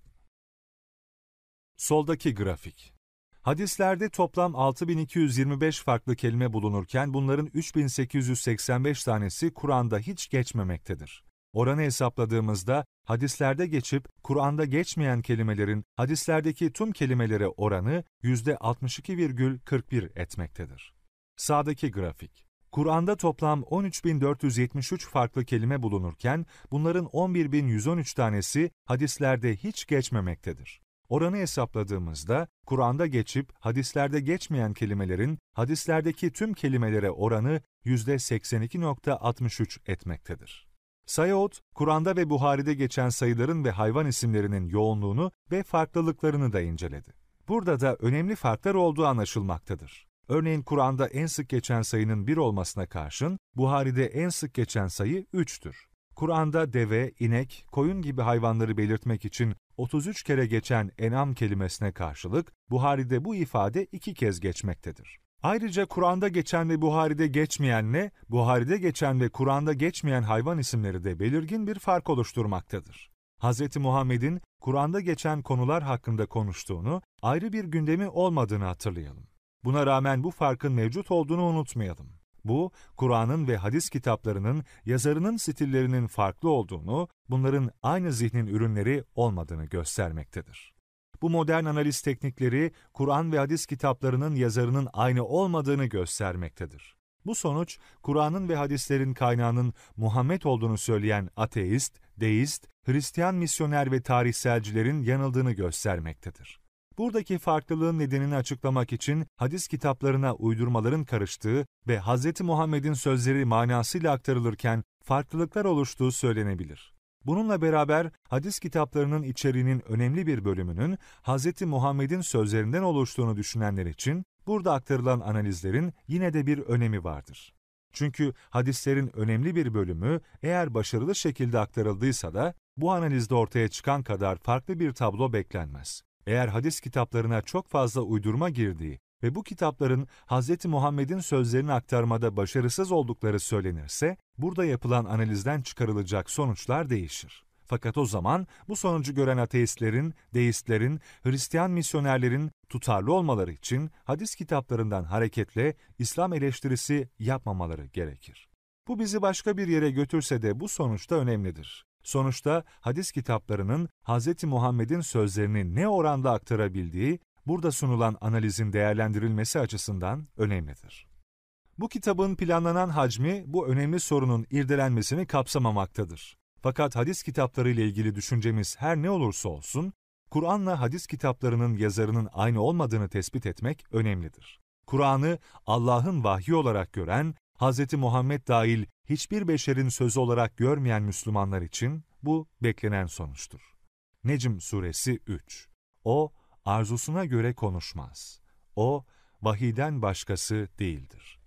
[SPEAKER 1] Soldaki grafik. Hadislerde toplam altı bin iki yüz yirmi beş farklı kelime bulunurken bunların üç bin sekiz yüz seksen beş tanesi Kur'an'da hiç geçmemektedir. Oranı hesapladığımızda hadislerde geçip Kur'an'da geçmeyen kelimelerin hadislerdeki tüm kelimelere oranı yüzde altmış iki virgül kırk bir etmektedir. Sağdaki grafik. Kur'an'da toplam on üç bin dört yüz yetmiş üç farklı kelime bulunurken bunların on bir bin yüz on üç tanesi hadislerde hiç geçmemektedir. Oranı hesapladığımızda Kur'an'da geçip hadislerde geçmeyen kelimelerin hadislerdeki tüm kelimelere oranı yüzde seksen iki virgül altmış üç etmektedir. Sayahut, Kur'an'da ve Buhari'de geçen sayıların ve hayvan isimlerinin yoğunluğunu ve farklılıklarını da inceledi. Burada da önemli farklar olduğu anlaşılmaktadır. Örneğin Kur'an'da en sık geçen sayının bir olmasına karşın, Buhari'de en sık geçen sayı üçtür. Kur'an'da deve, inek, koyun gibi hayvanları belirtmek için otuz üç kere geçen En'am kelimesine karşılık Buhari'de bu ifade iki kez geçmektedir. Ayrıca Kur'an'da geçen ve Buhari'de geçmeyenle, Buhari'de geçen ve Kur'an'da geçmeyen hayvan isimleri de belirgin bir fark oluşturmaktadır. Hz. Muhammed'in Kur'an'da geçen konular hakkında konuştuğunu, ayrı bir gündemi olmadığını hatırlayalım. Buna rağmen bu farkın mevcut olduğunu unutmayalım. Bu, Kur'an'ın ve hadis kitaplarının yazarının stillerinin farklı olduğunu, bunların aynı zihnin ürünleri olmadığını göstermektedir. Bu modern analiz teknikleri, Kur'an ve hadis kitaplarının yazarının aynı olmadığını göstermektedir. Bu sonuç, Kur'an'ın ve hadislerin kaynağının Muhammed olduğunu söyleyen ateist, deist, Hristiyan misyoner ve tarihselcilerin yanıldığını göstermektedir. Buradaki farklılığın nedenini açıklamak için hadis kitaplarına uydurmaların karıştığı ve Hz. Muhammed'in sözleri manasıyla aktarılırken farklılıklar oluştuğu söylenebilir. Bununla beraber hadis kitaplarının içeriğinin önemli bir bölümünün Hz. Muhammed'in sözlerinden oluştuğunu düşünenler için burada aktarılan analizlerin yine de bir önemi vardır. Çünkü hadislerin önemli bir bölümü eğer başarılı şekilde aktarıldıysa da bu analizde ortaya çıkan kadar farklı bir tablo beklenmez. Eğer hadis kitaplarına çok fazla uydurma girdiği ve bu kitapların Hz. Muhammed'in sözlerini aktarmada başarısız oldukları söylenirse, burada yapılan analizden çıkarılacak sonuçlar değişir. Fakat o zaman bu sonucu gören ateistlerin, deistlerin, Hristiyan misyonerlerin tutarlı olmaları için hadis kitaplarından hareketle İslam eleştirisi yapmamaları gerekir. Bu bizi başka bir yere götürse de bu sonuçta önemlidir. Sonuçta hadis kitaplarının Hz. Muhammed'in sözlerini ne oranda aktarabildiği, burada sunulan analizin değerlendirilmesi açısından önemlidir. Bu kitabın planlanan hacmi bu önemli sorunun irdelenmesini kapsamamaktadır. Fakat hadis kitapları ile ilgili düşüncemiz her ne olursa olsun, Kur'an'la hadis kitaplarının yazarının aynı olmadığını tespit etmek önemlidir. Kur'an'ı Allah'ın vahyi olarak gören, Hz. Muhammed dahil hiçbir beşerin sözü olarak görmeyen Müslümanlar için bu beklenen sonuçtur. Necm Suresi üç. O, arzusuna göre konuşmaz. O, vahiyden başkası değildir.